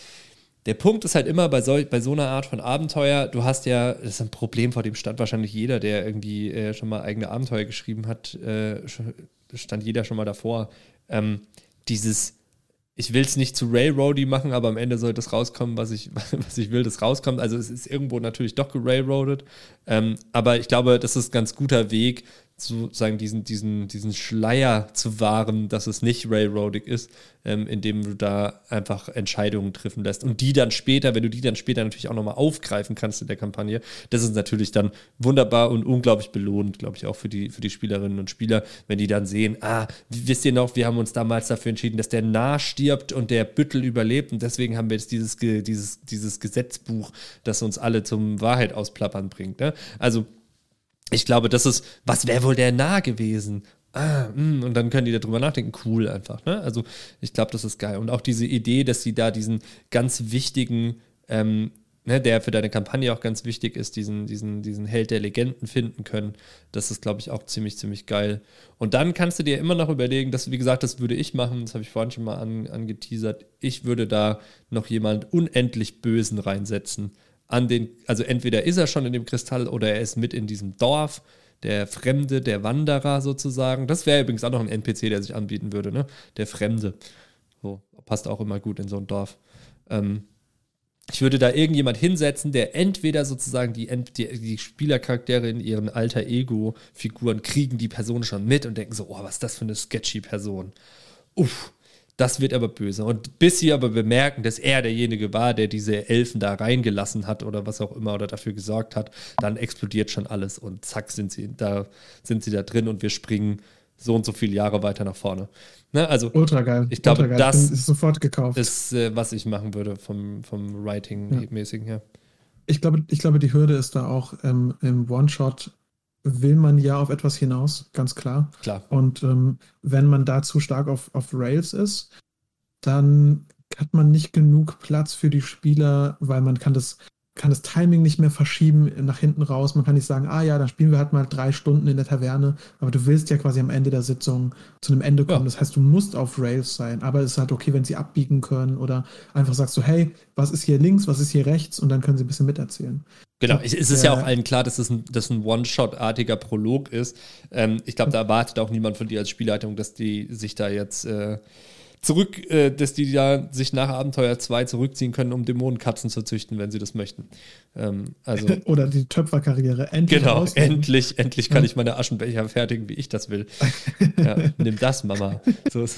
der Punkt ist halt immer bei so, bei so einer Art von Abenteuer, du hast ja, das ist ein Problem, vor dem stand wahrscheinlich jeder, der irgendwie äh, schon mal eigene Abenteuer geschrieben hat, äh, stand jeder schon mal davor. Ähm, dieses, ich will es nicht zu Railroady machen, aber am Ende soll das rauskommen, was ich, was ich will, das rauskommt. Also es ist irgendwo natürlich doch gerailroadet, ähm, aber ich glaube, das ist ein ganz guter Weg, sozusagen diesen, diesen, diesen Schleier zu wahren, dass es nicht railroadig ist, ähm, indem du da einfach Entscheidungen treffen lässt und die dann später, wenn du die dann später natürlich auch nochmal aufgreifen kannst in der Kampagne, das ist natürlich dann wunderbar und unglaublich belohnt, glaube ich, auch für die, für die Spielerinnen und Spieler, wenn die dann sehen, ah, wisst ihr noch, wir haben uns damals dafür entschieden, dass der Narr stirbt und der Büttel überlebt und deswegen haben wir jetzt dieses, dieses, dieses Gesetzbuch, das uns alle zum Wahrheit ausplappern bringt. Ne? Also ich glaube, das ist, was wäre wohl der Narr gewesen? Ah, mh, und dann können die darüber nachdenken. Cool einfach. Ne? Also ich glaube, das ist geil. Und auch diese Idee, dass sie da diesen ganz wichtigen, ähm, ne, der für deine Kampagne auch ganz wichtig ist, diesen, diesen, diesen Held der Legenden finden können, das ist, glaube ich, auch ziemlich, ziemlich geil. Und dann kannst du dir immer noch überlegen, dass, wie gesagt, das würde ich machen, das habe ich vorhin schon mal an, angeteasert, ich würde da noch jemand unendlich Bösen reinsetzen. An den, also entweder ist er schon in dem Kristall oder er ist mit in diesem Dorf, der Fremde, der Wanderer sozusagen. Das wäre übrigens auch noch ein N P C, der sich anbieten würde, ne? Der Fremde. So, passt auch immer gut in so ein Dorf. Ähm, ich würde da irgendjemand hinsetzen, der entweder sozusagen die, die, die Spielercharaktere in ihren Alter-Ego-Figuren kriegen die Person schon mit und denken so, oh, was ist das für eine sketchy Person. Uff. Das wird aber böse. Und bis sie aber bemerken, dass er derjenige war, der diese Elfen da reingelassen hat oder was auch immer oder dafür gesorgt hat, dann explodiert schon alles und zack sind sie da, sind sie da drin und wir springen so und so viele Jahre weiter nach vorne. Ne? Also, ultra geil. Ich glaube, ultra geil. das ist sofort gekauft. ist, äh, was ich machen würde vom, vom Writing-mäßigen her. Ich glaube, ich glaube, die Hürde ist da auch ähm, im One-Shot will man ja auf etwas hinaus, ganz klar. Klar. Und ähm, wenn man da zu stark auf, auf Rails ist, dann hat man nicht genug Platz für die Spieler, weil man kann das, kann das Timing nicht mehr verschieben nach hinten raus. Man kann nicht sagen, ah ja, dann spielen wir halt mal drei Stunden in der Taverne, aber du willst ja quasi am Ende der Sitzung zu einem Ende kommen. Ja. Das heißt, du musst auf Rails sein, aber es ist halt okay, wenn sie abbiegen können oder einfach sagst du, hey, was ist hier links, was ist hier rechts und dann können sie ein bisschen miterzählen. Genau, es ist ja auch allen klar, dass es ein, dass ein One-Shot-artiger Prolog ist. Ähm, ich glaube, da erwartet auch niemand von dir als Spielleitung, dass die sich da jetzt äh, zurück, äh, dass die da sich nach Abenteuer zwei zurückziehen können, um Dämonenkatzen zu züchten, wenn sie das möchten. Ähm, also Oder die Töpferkarriere endlich Genau, rausnehmen. endlich, endlich kann ja. ich meine Aschenbecher fertigen, wie ich das will. Ja, nimm das, Mama. So ist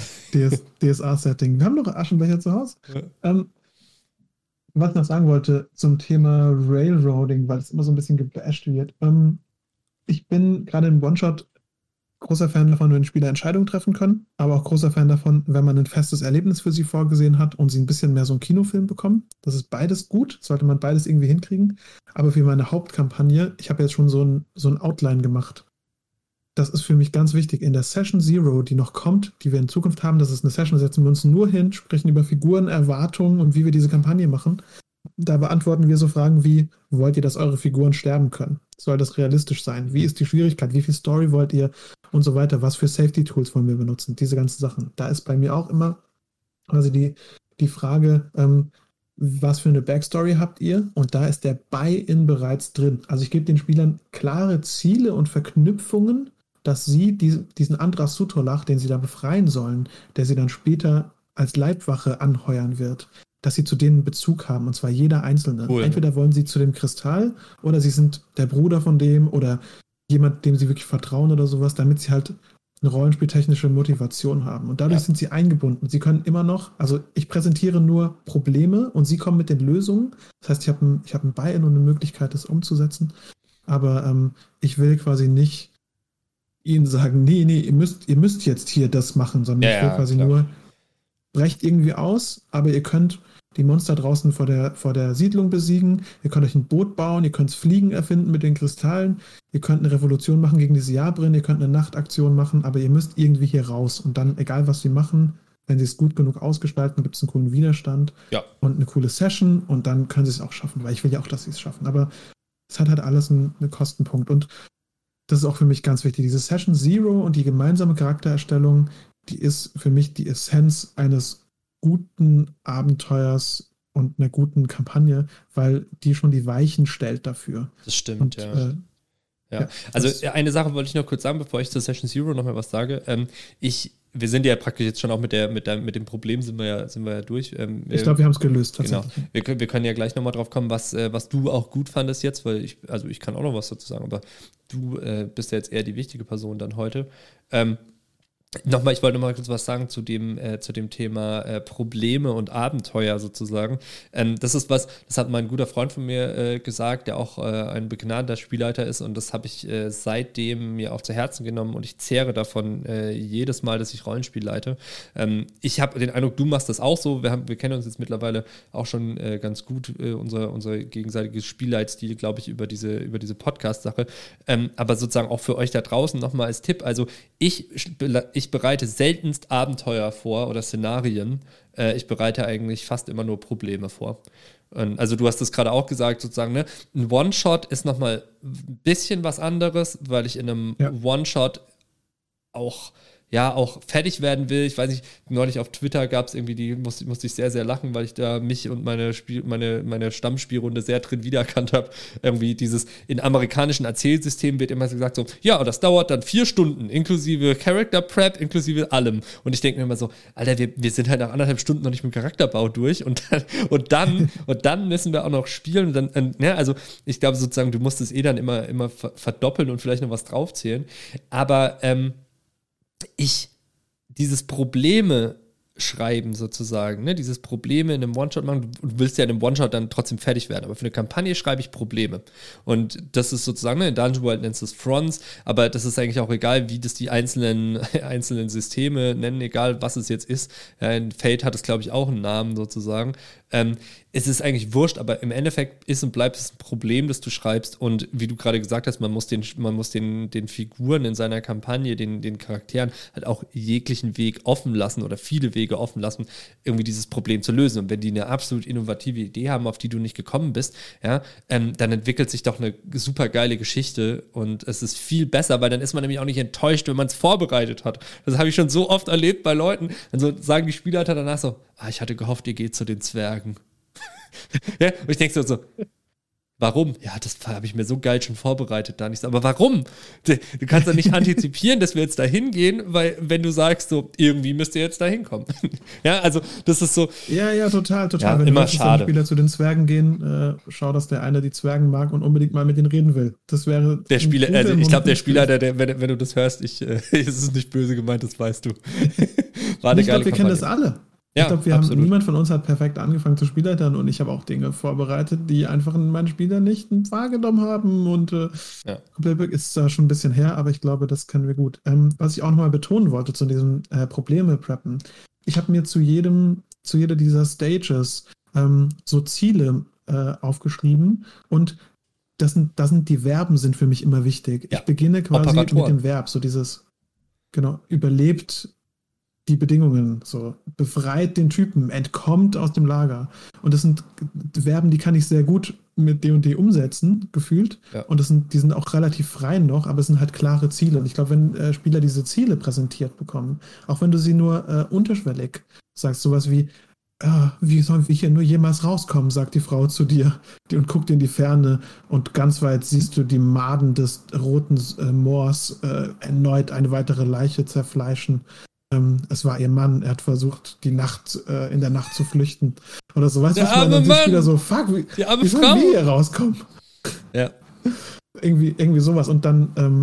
D S A-Setting. Wir haben noch Aschenbecher zu Hause. Ja. Ähm, Was ich noch sagen wollte zum Thema Railroading, weil es immer so ein bisschen gebasht wird. Ähm, ich bin gerade im One-Shot großer Fan davon, wenn Spieler Entscheidungen treffen können, aber auch großer Fan davon, wenn man ein festes Erlebnis für sie vorgesehen hat und sie ein bisschen mehr so einen Kinofilm bekommen. Das ist beides gut, sollte man beides irgendwie hinkriegen. Aber für meine Hauptkampagne, ich habe jetzt schon so ein, so ein Outline gemacht. Das ist für mich ganz wichtig. In der Session Zero, die noch kommt, die wir in Zukunft haben, das ist eine Session, da setzen wir uns nur hin, sprechen über Figuren, Erwartungen und wie wir diese Kampagne machen. Da beantworten wir so Fragen wie, wollt ihr, dass eure Figuren sterben können? Soll das realistisch sein? Wie ist die Schwierigkeit? Wie viel Story wollt ihr? Und so weiter. Was für Safety-Tools wollen wir benutzen? Diese ganzen Sachen. Da ist bei mir auch immer quasi die, die Frage, ähm, was für eine Backstory habt ihr? Und da ist der Buy-in bereits drin. Also ich gebe den Spielern klare Ziele und Verknüpfungen, dass sie die, diesen Andras Sutolach, den sie da befreien sollen, der sie dann später als Leibwache anheuern wird, dass sie zu denen Bezug haben, und zwar jeder Einzelne. Cool. Entweder wollen sie zu dem Kristall oder sie sind der Bruder von dem oder jemand, dem sie wirklich vertrauen oder sowas, damit sie halt eine rollenspieltechnische Motivation haben. Und dadurch ja. sind sie eingebunden. Sie können immer noch, also ich präsentiere nur Probleme und sie kommen mit den Lösungen. Das heißt, ich habe ein, ich hab ein Buy-in und eine Möglichkeit, das umzusetzen. Aber ähm, ich will quasi nicht ihnen sagen, nee, nee, ihr müsst, ihr müsst jetzt hier das machen, sondern ja, ich will ja, quasi klar. nur, brecht irgendwie aus, aber ihr könnt die Monster draußen vor der, vor der Siedlung besiegen, ihr könnt euch ein Boot bauen, ihr könnt Fliegen erfinden mit den Kristallen, ihr könnt eine Revolution machen gegen diese Jabrin, ihr könnt eine Nachtaktion machen, aber ihr müsst irgendwie hier raus. Und dann, egal was sie machen, wenn sie es gut genug ausgestalten, gibt es einen coolen Widerstand ja. und eine coole Session und dann können sie es auch schaffen, weil ich will ja auch, dass sie es schaffen. Aber es hat halt alles einen, einen Kostenpunkt und das ist auch für mich ganz wichtig. Diese Session Zero und die gemeinsame Charaktererstellung, die ist für mich die Essenz eines guten Abenteuers und einer guten Kampagne, weil die schon die Weichen stellt dafür. Das stimmt, und, ja. Äh, ja. ja. Also eine Sache wollte ich noch kurz sagen, bevor ich zur Session Zero nochmal was sage. Ähm, ich Wir sind ja praktisch jetzt schon auch mit der mit der, mit dem Problem sind wir ja sind wir ja durch. Ähm, ich glaube, wir haben es gelöst tatsächlich. Genau. Wir können, wir können ja gleich nochmal drauf kommen, was, äh, was du auch gut fandest jetzt, weil ich, also ich kann auch noch was dazu sagen, aber du äh, bist ja jetzt eher die wichtige Person dann heute. Ähm, Nochmal, ich wollte noch mal kurz was sagen zu dem, äh, zu dem Thema äh, Probleme und Abenteuer sozusagen. Ähm, das ist was, das hat mein guter Freund von mir äh, gesagt, der auch äh, ein begnadeter Spielleiter ist und das habe ich äh, seitdem mir auch zu Herzen genommen und ich zehre davon äh, jedes Mal, dass ich Rollenspiel leite. Ähm, ich habe den Eindruck, du machst das auch so. Wir, haben, wir kennen uns jetzt mittlerweile auch schon äh, ganz gut, äh, unser, unser gegenseitiges Spielleitstil, glaube ich, über diese, über diese Podcast-Sache. Ähm, aber sozusagen auch für euch da draußen nochmal als Tipp, also ich, ich bereite seltenst Abenteuer vor oder Szenarien. Äh, ich bereite eigentlich fast immer nur Probleme vor. Und also du hast das gerade auch gesagt, sozusagen, ne? Ein One-Shot ist nochmal ein bisschen was anderes, weil ich in einem ja. One-Shot auch ja, auch fertig werden will. Ich weiß nicht, neulich auf Twitter gab es irgendwie, die musste, musste ich sehr, sehr lachen, weil ich da mich und meine Spiel, meine, meine Stammspielrunde sehr drin wiedererkannt habe. Irgendwie dieses, in amerikanischen Erzählsystemen wird immer so gesagt so, ja, und das dauert dann vier Stunden, inklusive Character Prep, inklusive allem. Und ich denke mir immer so, Alter, wir, wir sind halt nach anderthalb Stunden noch nicht mit dem Charakterbau durch und dann, und dann, und dann müssen wir auch noch spielen. Und dann, und, ja, also ich glaube sozusagen, du musst es eh dann immer, immer verdoppeln und vielleicht noch was draufzählen. Aber, ähm, ich, dieses Probleme schreiben sozusagen, ne, dieses Probleme in einem One-Shot machen, du willst ja in einem One-Shot dann trotzdem fertig werden, aber für eine Kampagne schreibe ich Probleme und das ist sozusagen, ne, in Dungeon World nennst du es Fronts, aber das ist eigentlich auch egal, wie das die einzelnen, einzelnen Systeme nennen, egal was es jetzt ist, ja, in Fate hat es glaube ich auch einen Namen sozusagen, ähm, es ist eigentlich wurscht, aber im Endeffekt ist und bleibt es ein Problem, das du schreibst und wie du gerade gesagt hast, man muss den, man muss den, den Figuren in seiner Kampagne, den, den Charakteren halt auch jeglichen Weg offen lassen oder viele Wege offen lassen, irgendwie dieses Problem zu lösen. Und wenn die eine absolut innovative Idee haben, auf die du nicht gekommen bist, ja, ähm, dann entwickelt sich doch eine super geile Geschichte und es ist viel besser, weil dann ist man nämlich auch nicht enttäuscht, wenn man es vorbereitet hat. Das habe ich schon so oft erlebt bei Leuten. Dann so sagen die Spielleiter danach so, ah, ich hatte gehofft, ihr geht zu den Zwergen. Ja, und ich denke so, so, warum? Ja, das habe ich mir so geil schon vorbereitet, da nicht. Aber warum? Du, du kannst doch nicht antizipieren, dass wir jetzt da hingehen, weil wenn du sagst, so, irgendwie müsst ihr jetzt da hinkommen. Ja, also das ist so. Ja, ja, total, total. Ja, wenn immer schade. Wenn Spieler zu den Zwergen gehen, äh, schau, dass der eine die Zwergen mag und unbedingt mal mit denen reden will. Das wäre. Der Spieler, also ich glaube, der Spieler, der, der, wenn, wenn du das hörst, ich, äh, es ist nicht böse gemeint, das weißt du. War eine ich glaube, wir kennen das alle. Ich ja, glaube, wir absolut. haben, niemand von uns hat perfekt angefangen zu Spielleitern und ich habe auch Dinge vorbereitet, die einfach meine Spieler nicht wahrgenommen haben und äh, ja. Playbook ist da schon ein bisschen her, aber ich glaube, das können wir gut. Ähm, was ich auch nochmal betonen wollte zu diesem äh, Probleme-Preppen, ich habe mir zu jedem, zu jeder dieser Stages ähm, so Ziele äh, aufgeschrieben und das sind, das sind die Verben sind für mich immer wichtig. Ja. Ich beginne quasi mit dem Verb, so dieses, genau, überlebt die Bedingungen, so, befreit den Typen, entkommt aus dem Lager. Und das sind Verben, die kann ich sehr gut mit D und D umsetzen, gefühlt. Ja. Und das sind, die sind auch relativ frei noch, aber es sind halt klare Ziele. Und ich glaube, wenn äh, Spieler diese Ziele präsentiert bekommen, auch wenn du sie nur äh, unterschwellig sagst, sowas wie, ah, wie sollen wir hier nur jemals rauskommen, sagt die Frau zu dir die, und guckt in die Ferne und ganz weit siehst du die Maden des roten äh, Moors äh, erneut eine weitere Leiche zerfleischen. Ähm, es war ihr Mann, er hat versucht, die Nacht äh, in der Nacht zu flüchten. Oder so, weißt du, was man dann sieht wieder so, fuck, wie, wie sollen wir hier rauskommen? Ja. irgendwie, irgendwie sowas. Und dann, ähm,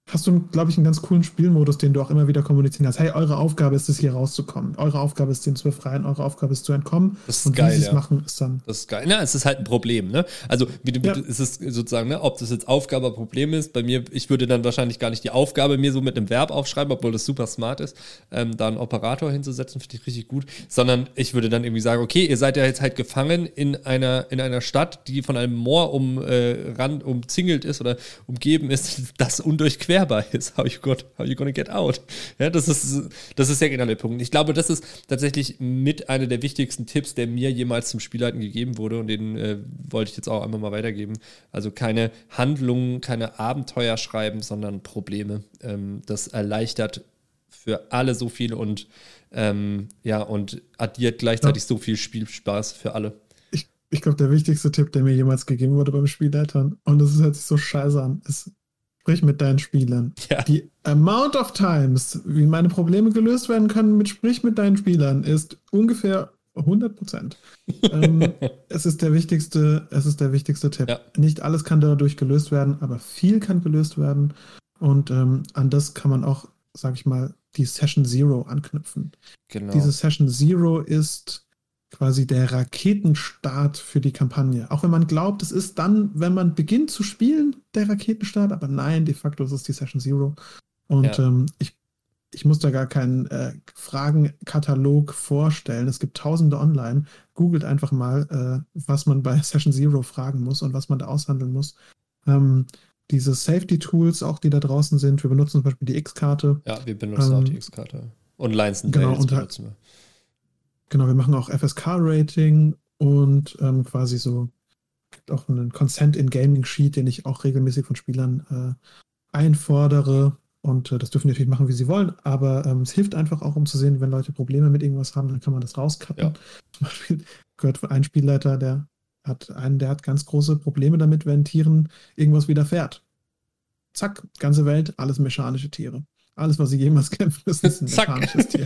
hast du, glaube ich, einen ganz coolen Spielmodus, den du auch immer wieder kommunizieren kannst. Hey, eure Aufgabe ist es, hier rauszukommen. Eure Aufgabe ist, den zu befreien. Eure Aufgabe ist, zu entkommen. Das ist und geil, wie sie es ja. machen, ist dann... Das ist geil. Na, es ist halt ein Problem, ne? Also, wie du, Ja. es ist sozusagen, ne, ob das jetzt Aufgabe oder Problem ist. Bei mir, ich würde dann wahrscheinlich gar nicht die Aufgabe mir so mit einem Verb aufschreiben, obwohl das super smart ist, ähm, da einen Operator hinzusetzen, finde ich richtig gut. Sondern ich würde dann irgendwie sagen, okay, ihr seid ja jetzt halt gefangen in einer, in einer Stadt, die von einem Moor um, äh, Rand, umzingelt ist oder umgeben ist, das undurchquerbar ist. How you, got, how you gonna get out? Ja, das ist, das ist ja genau der Punkt. Ich glaube, das ist tatsächlich mit einer der wichtigsten Tipps, der mir jemals zum Spielleiten gegeben wurde und den äh, wollte ich jetzt auch einfach mal weitergeben. Also keine Handlungen, keine Abenteuer schreiben, sondern Probleme. Ähm, das erleichtert für alle so viel und ähm, ja, und addiert gleichzeitig ja. so viel Spielspaß für alle. Ich, ich glaube, der wichtigste Tipp, der mir jemals gegeben wurde beim Spielleitern, und das hört sich so scheiße an, ist: Sprich mit deinen Spielern. Ja. Die amount of times, wie meine Probleme gelöst werden können mit Sprich mit deinen Spielern, ist ungefähr hundert Prozent. ähm, es ist der wichtigste, es ist der wichtigste Tipp. Ja. Nicht alles kann dadurch gelöst werden, aber viel kann gelöst werden. Und ähm, an das kann man auch, sag ich mal, die Session Zero anknüpfen. Genau. Diese Session Zero ist quasi der Raketenstart für die Kampagne. Auch wenn man glaubt, es ist dann, wenn man beginnt zu spielen, der Raketenstart, aber nein, de facto ist es die Session Zero. Und ja. ähm, ich, ich muss da gar keinen äh, Fragenkatalog vorstellen. Es gibt tausende online. Googelt einfach mal, äh, was man bei Session Zero fragen muss und was man da aushandeln muss. Ähm, diese Safety-Tools auch, die da draußen sind. Wir benutzen zum Beispiel die X-Karte. Ja, wir benutzen ähm, auch die X-Karte. Und Lines and genau, Rails und benutzen wir. Genau, wir machen auch F S K-Rating und ähm, quasi so auch einen Consent in Gaming Sheet, den ich auch regelmäßig von Spielern äh, einfordere. Und äh, das dürfen die natürlich machen, wie sie wollen, aber ähm, es hilft einfach auch, um zu sehen, wenn Leute Probleme mit irgendwas haben, dann kann man das rauscutten. Ja. Zum Beispiel gehört von einem Spielleiter, der hat einen, der hat ganz große Probleme damit, wenn Tieren irgendwas widerfährt. Zack, ganze Welt, alles mechanische Tiere. Alles, was sie jemals kämpfen müssen, ist ein Zack. mechanisches Tier.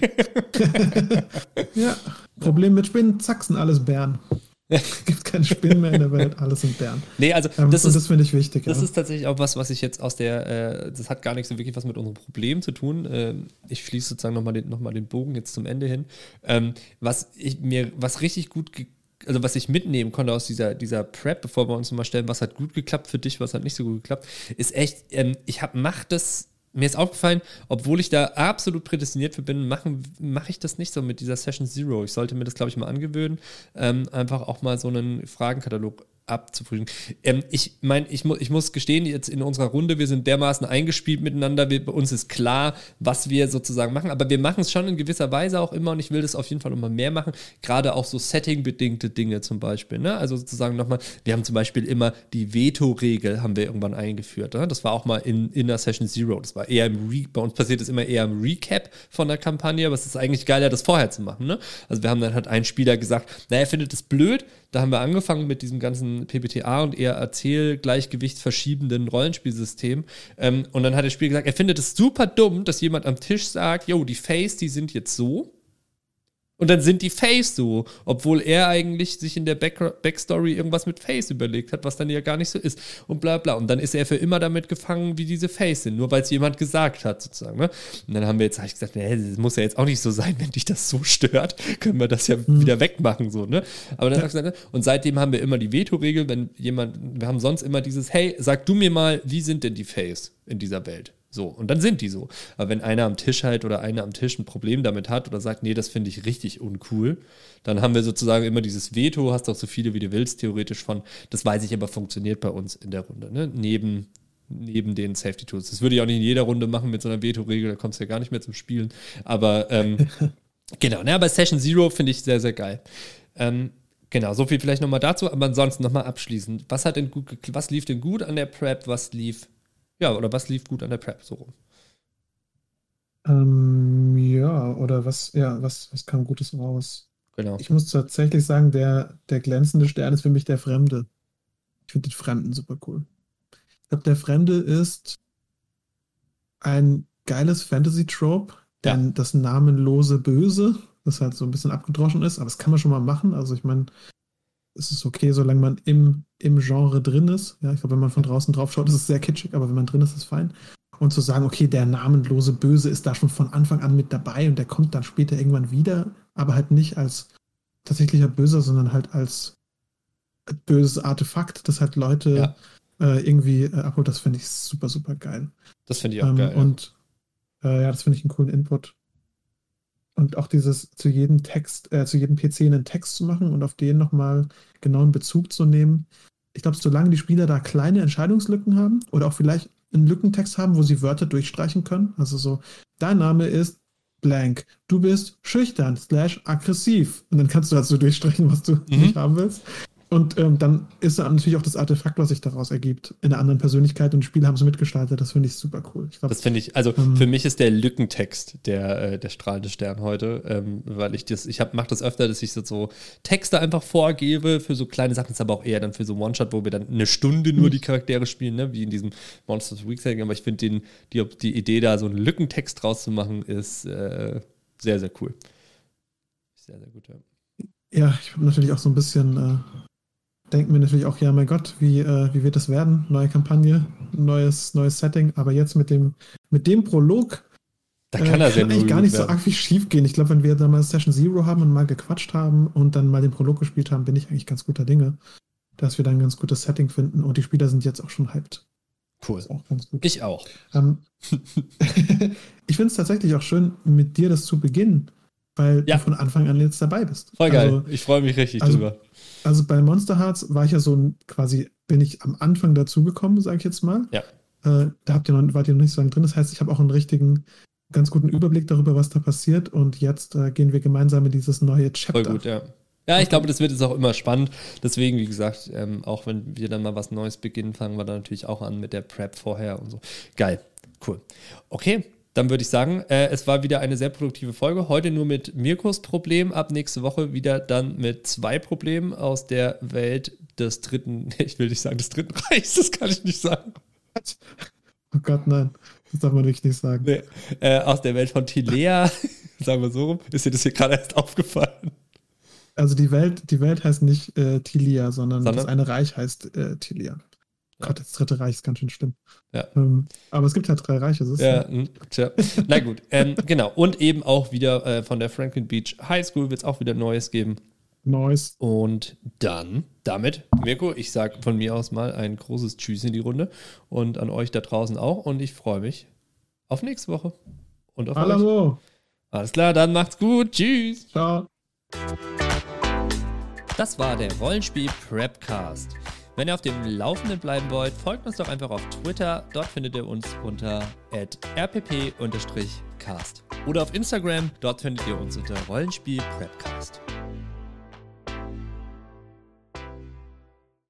Ja, Problem mit Spinnen, zack, sind alles Bären. Es gibt keine Spinnen mehr in der Welt, alles sind Bären. Nee, also ähm, das, und ist, das finde ich wichtig. Das ja. ist tatsächlich auch was, was ich jetzt aus der, äh, das hat gar nicht so wirklich was mit unserem Problem zu tun. Ähm, ich schließe sozusagen nochmal den, noch mal den Bogen jetzt zum Ende hin. Ähm, was ich mir, was richtig gut ge- also was ich mitnehmen konnte aus dieser, dieser Prep, bevor wir uns mal stellen, was hat gut geklappt für dich, was hat nicht so gut geklappt, ist echt, ähm, ich habe, mach das Mir ist aufgefallen, obwohl ich da absolut prädestiniert für bin, mache mach ich das nicht so mit dieser Session Zero. Ich sollte mir das, glaube ich, mal angewöhnen, ähm, einfach auch mal so einen Fragenkatalog abzufrühstücken. Ähm, ich meine, ich, mu- ich muss gestehen, jetzt in unserer Runde, wir sind dermaßen eingespielt miteinander, wir, bei uns ist klar, was wir sozusagen machen, aber wir machen es schon in gewisser Weise auch immer und ich will das auf jeden Fall immer mehr machen, gerade auch so setting-bedingte Dinge zum Beispiel, ne? Also sozusagen nochmal, wir haben zum Beispiel immer die Veto-Regel haben wir irgendwann eingeführt, ne? Das war auch mal in, in der Session Zero, das war eher im Re- bei uns passiert es immer eher im Recap von der Kampagne, aber es ist eigentlich geiler, das vorher zu machen, ne? Also wir haben dann halt ein Spieler gesagt, naja, er findet es blöd, da haben wir angefangen mit diesem ganzen P B T A und eher Erzählgleichgewicht verschiebenden Rollenspielsystem. Ähm, und dann hat der Spieler gesagt, er findet es super dumm, dass jemand am Tisch sagt, yo, die Face, die sind jetzt so. Und dann sind die Face so, obwohl er eigentlich sich in der Back- Backstory irgendwas mit Face überlegt hat, was dann ja gar nicht so ist und bla bla. Und dann ist er für immer damit gefangen, wie diese Face sind, nur weil es jemand gesagt hat sozusagen. Ne? Und dann haben wir jetzt hab ich gesagt, nee, das muss ja jetzt auch nicht so sein, wenn dich das so stört, können wir das ja mhm. wieder wegmachen. So, ne? Aber dann ja. hab ich gesagt, ne? Und seitdem haben wir immer die Veto-Regel, wenn jemand, wir haben sonst immer dieses, hey, sag du mir mal, wie sind denn die Face in dieser Welt? So, und dann sind die so. Aber wenn einer am Tisch halt oder einer am Tisch ein Problem damit hat oder sagt, nee, das finde ich richtig uncool, dann haben wir sozusagen immer dieses Veto, hast auch so viele, wie du willst, theoretisch von, das weiß ich aber, funktioniert bei uns in der Runde, ne? Neben, neben den Safety-Tools. Das würde ich auch nicht in jeder Runde machen mit so einer Veto-Regel, da kommst du ja gar nicht mehr zum Spielen. Aber ähm, genau, ne, aber Session Zero finde ich sehr, sehr geil. Ähm, Genau, so viel vielleicht nochmal dazu, aber ansonsten nochmal abschließend. Was hat denn gut, gekl- was lief denn gut an der Prep, was lief Ja, oder was lief gut an der Prep so rum? Ähm, ja, oder was, ja, was, was kam Gutes raus? Genau. Ich muss tatsächlich sagen, der, der glänzende Stern ist für mich der Fremde. Ich finde den Fremden super cool. Ich glaube, der Fremde ist ein geiles Fantasy-Trope, Ja. denn das namenlose Böse, das halt so ein bisschen abgedroschen ist, aber das kann man schon mal machen. Also ich meine, es ist okay, solange man im, im Genre drin ist. Ja, ich glaube, wenn man von draußen drauf schaut, ist es sehr kitschig, aber wenn man drin ist, ist es fein. und zu sagen, okay, der namenlose Böse ist da schon von Anfang an mit dabei und der kommt dann später irgendwann wieder, aber halt nicht als tatsächlicher Böser, sondern halt als böses Artefakt, das halt Leute Ja. äh, irgendwie äh, abholt. Das finde ich super, super geil. Das finde ich auch Ähm, geil. und äh, ja, das finde ich einen coolen Input. Und auch dieses zu jedem Text, äh, zu jedem P C einen Text zu machen und auf den nochmal genauen Bezug zu nehmen. Ich glaube, solange die Spieler da kleine Entscheidungslücken haben oder auch vielleicht einen Lückentext haben, wo sie Wörter durchstreichen können. Also so, dein Name ist blank, du bist schüchtern, slash aggressiv. Und dann kannst du dazu durchstreichen, was du Mhm. nicht haben willst. Und ähm, dann ist da natürlich auch das Artefakt, was sich daraus ergibt, in einer anderen Persönlichkeit und die Spieler haben es mitgestaltet. Das finde ich super cool. Ich glaub, Das finde ich, also ähm, für mich ist der Lückentext der, äh, der strahlende Stern heute, ähm, weil ich das, ich mache das öfter, dass ich so, so Texte einfach vorgebe für so kleine Sachen, das ist aber auch eher dann für so One-Shot, wo wir dann eine Stunde nur die Charaktere spielen, ne, wie in diesem Monsters Week Setting, aber ich finde den, die, die Idee da so einen Lückentext draus zu machen, ist äh, sehr, sehr cool. Sehr, sehr gut, ja. Ja, ich habe natürlich auch so ein bisschen, äh, denke mir natürlich auch, ja, mein Gott, wie, äh, wie wird das werden? Neue Kampagne, neues, neues Setting, aber jetzt mit dem, mit dem Prolog Da kann äh, er sehr kann eigentlich nur gar gut nicht so werden. arg viel schief gehen. Ich glaube, wenn wir damals Session Zero haben und mal gequatscht haben und dann mal den Prolog gespielt haben, bin ich eigentlich ganz guter Dinge, dass wir dann ein ganz gutes Setting finden und die Spieler sind jetzt auch schon hyped. Cool. Das ist auch ganz gut. Ich auch. Ähm, ich finde es tatsächlich auch schön, mit dir das zu beginnen, weil Ja. du von Anfang an jetzt dabei bist. Voll geil. Also, Ich freue mich richtig also- drüber. Also bei Monster Hearts war ich ja so ein, quasi, bin ich am Anfang dazugekommen, sage ich jetzt mal. Ja. Äh, da habt ihr noch, wart ihr noch nicht so lange drin. Das heißt, ich habe auch einen richtigen, ganz guten Überblick darüber, was da passiert. Und jetzt äh, gehen wir gemeinsam in dieses neue Chapter. Voll gut, ja. Ja, ich glaube, das wird jetzt auch immer spannend. Deswegen, wie gesagt, ähm, auch wenn wir dann mal was Neues beginnen, fangen wir dann natürlich auch an mit der Prep vorher und so. Geil, cool. Okay, dann würde ich sagen, äh, es war wieder eine sehr produktive Folge. Heute nur mit Mirkos Problem, ab nächste Woche wieder dann mit zwei Problemen aus der Welt des dritten, ich will nicht sagen des dritten Reichs, das kann ich nicht sagen. Oh Gott, nein. Das darf man wirklich nicht sagen. Nee, äh, aus der Welt von Tilea, sagen wir so rum. Ist dir das hier gerade erst aufgefallen? Also die Welt, die Welt heißt nicht äh, Tilia, sondern, Sondern? das eine Reich heißt äh, Tilia. Ja. Gott, das dritte Reich ist ganz schön schlimm. Ja. Ähm, aber es gibt halt drei Reiche. Das ist Ja, mh, tja. Na gut, ähm, genau. Und eben auch wieder äh, von der Franklin Beach High School wird es auch wieder Neues geben. Neues. Und dann damit, Mirko, ich sage von mir aus mal ein großes Tschüss in die Runde und an euch da draußen auch. Und ich freue mich auf nächste Woche. Und auf euch. Hallo. Alles klar, dann macht's gut. Tschüss. Ciao. Das war der Rollenspiel Prepcast. Wenn ihr auf dem Laufenden bleiben wollt, folgt uns doch einfach auf Twitter. Dort findet ihr uns unter at r p p cast. Oder auf Instagram, dort findet ihr uns unter Rollenspiel Prepcast.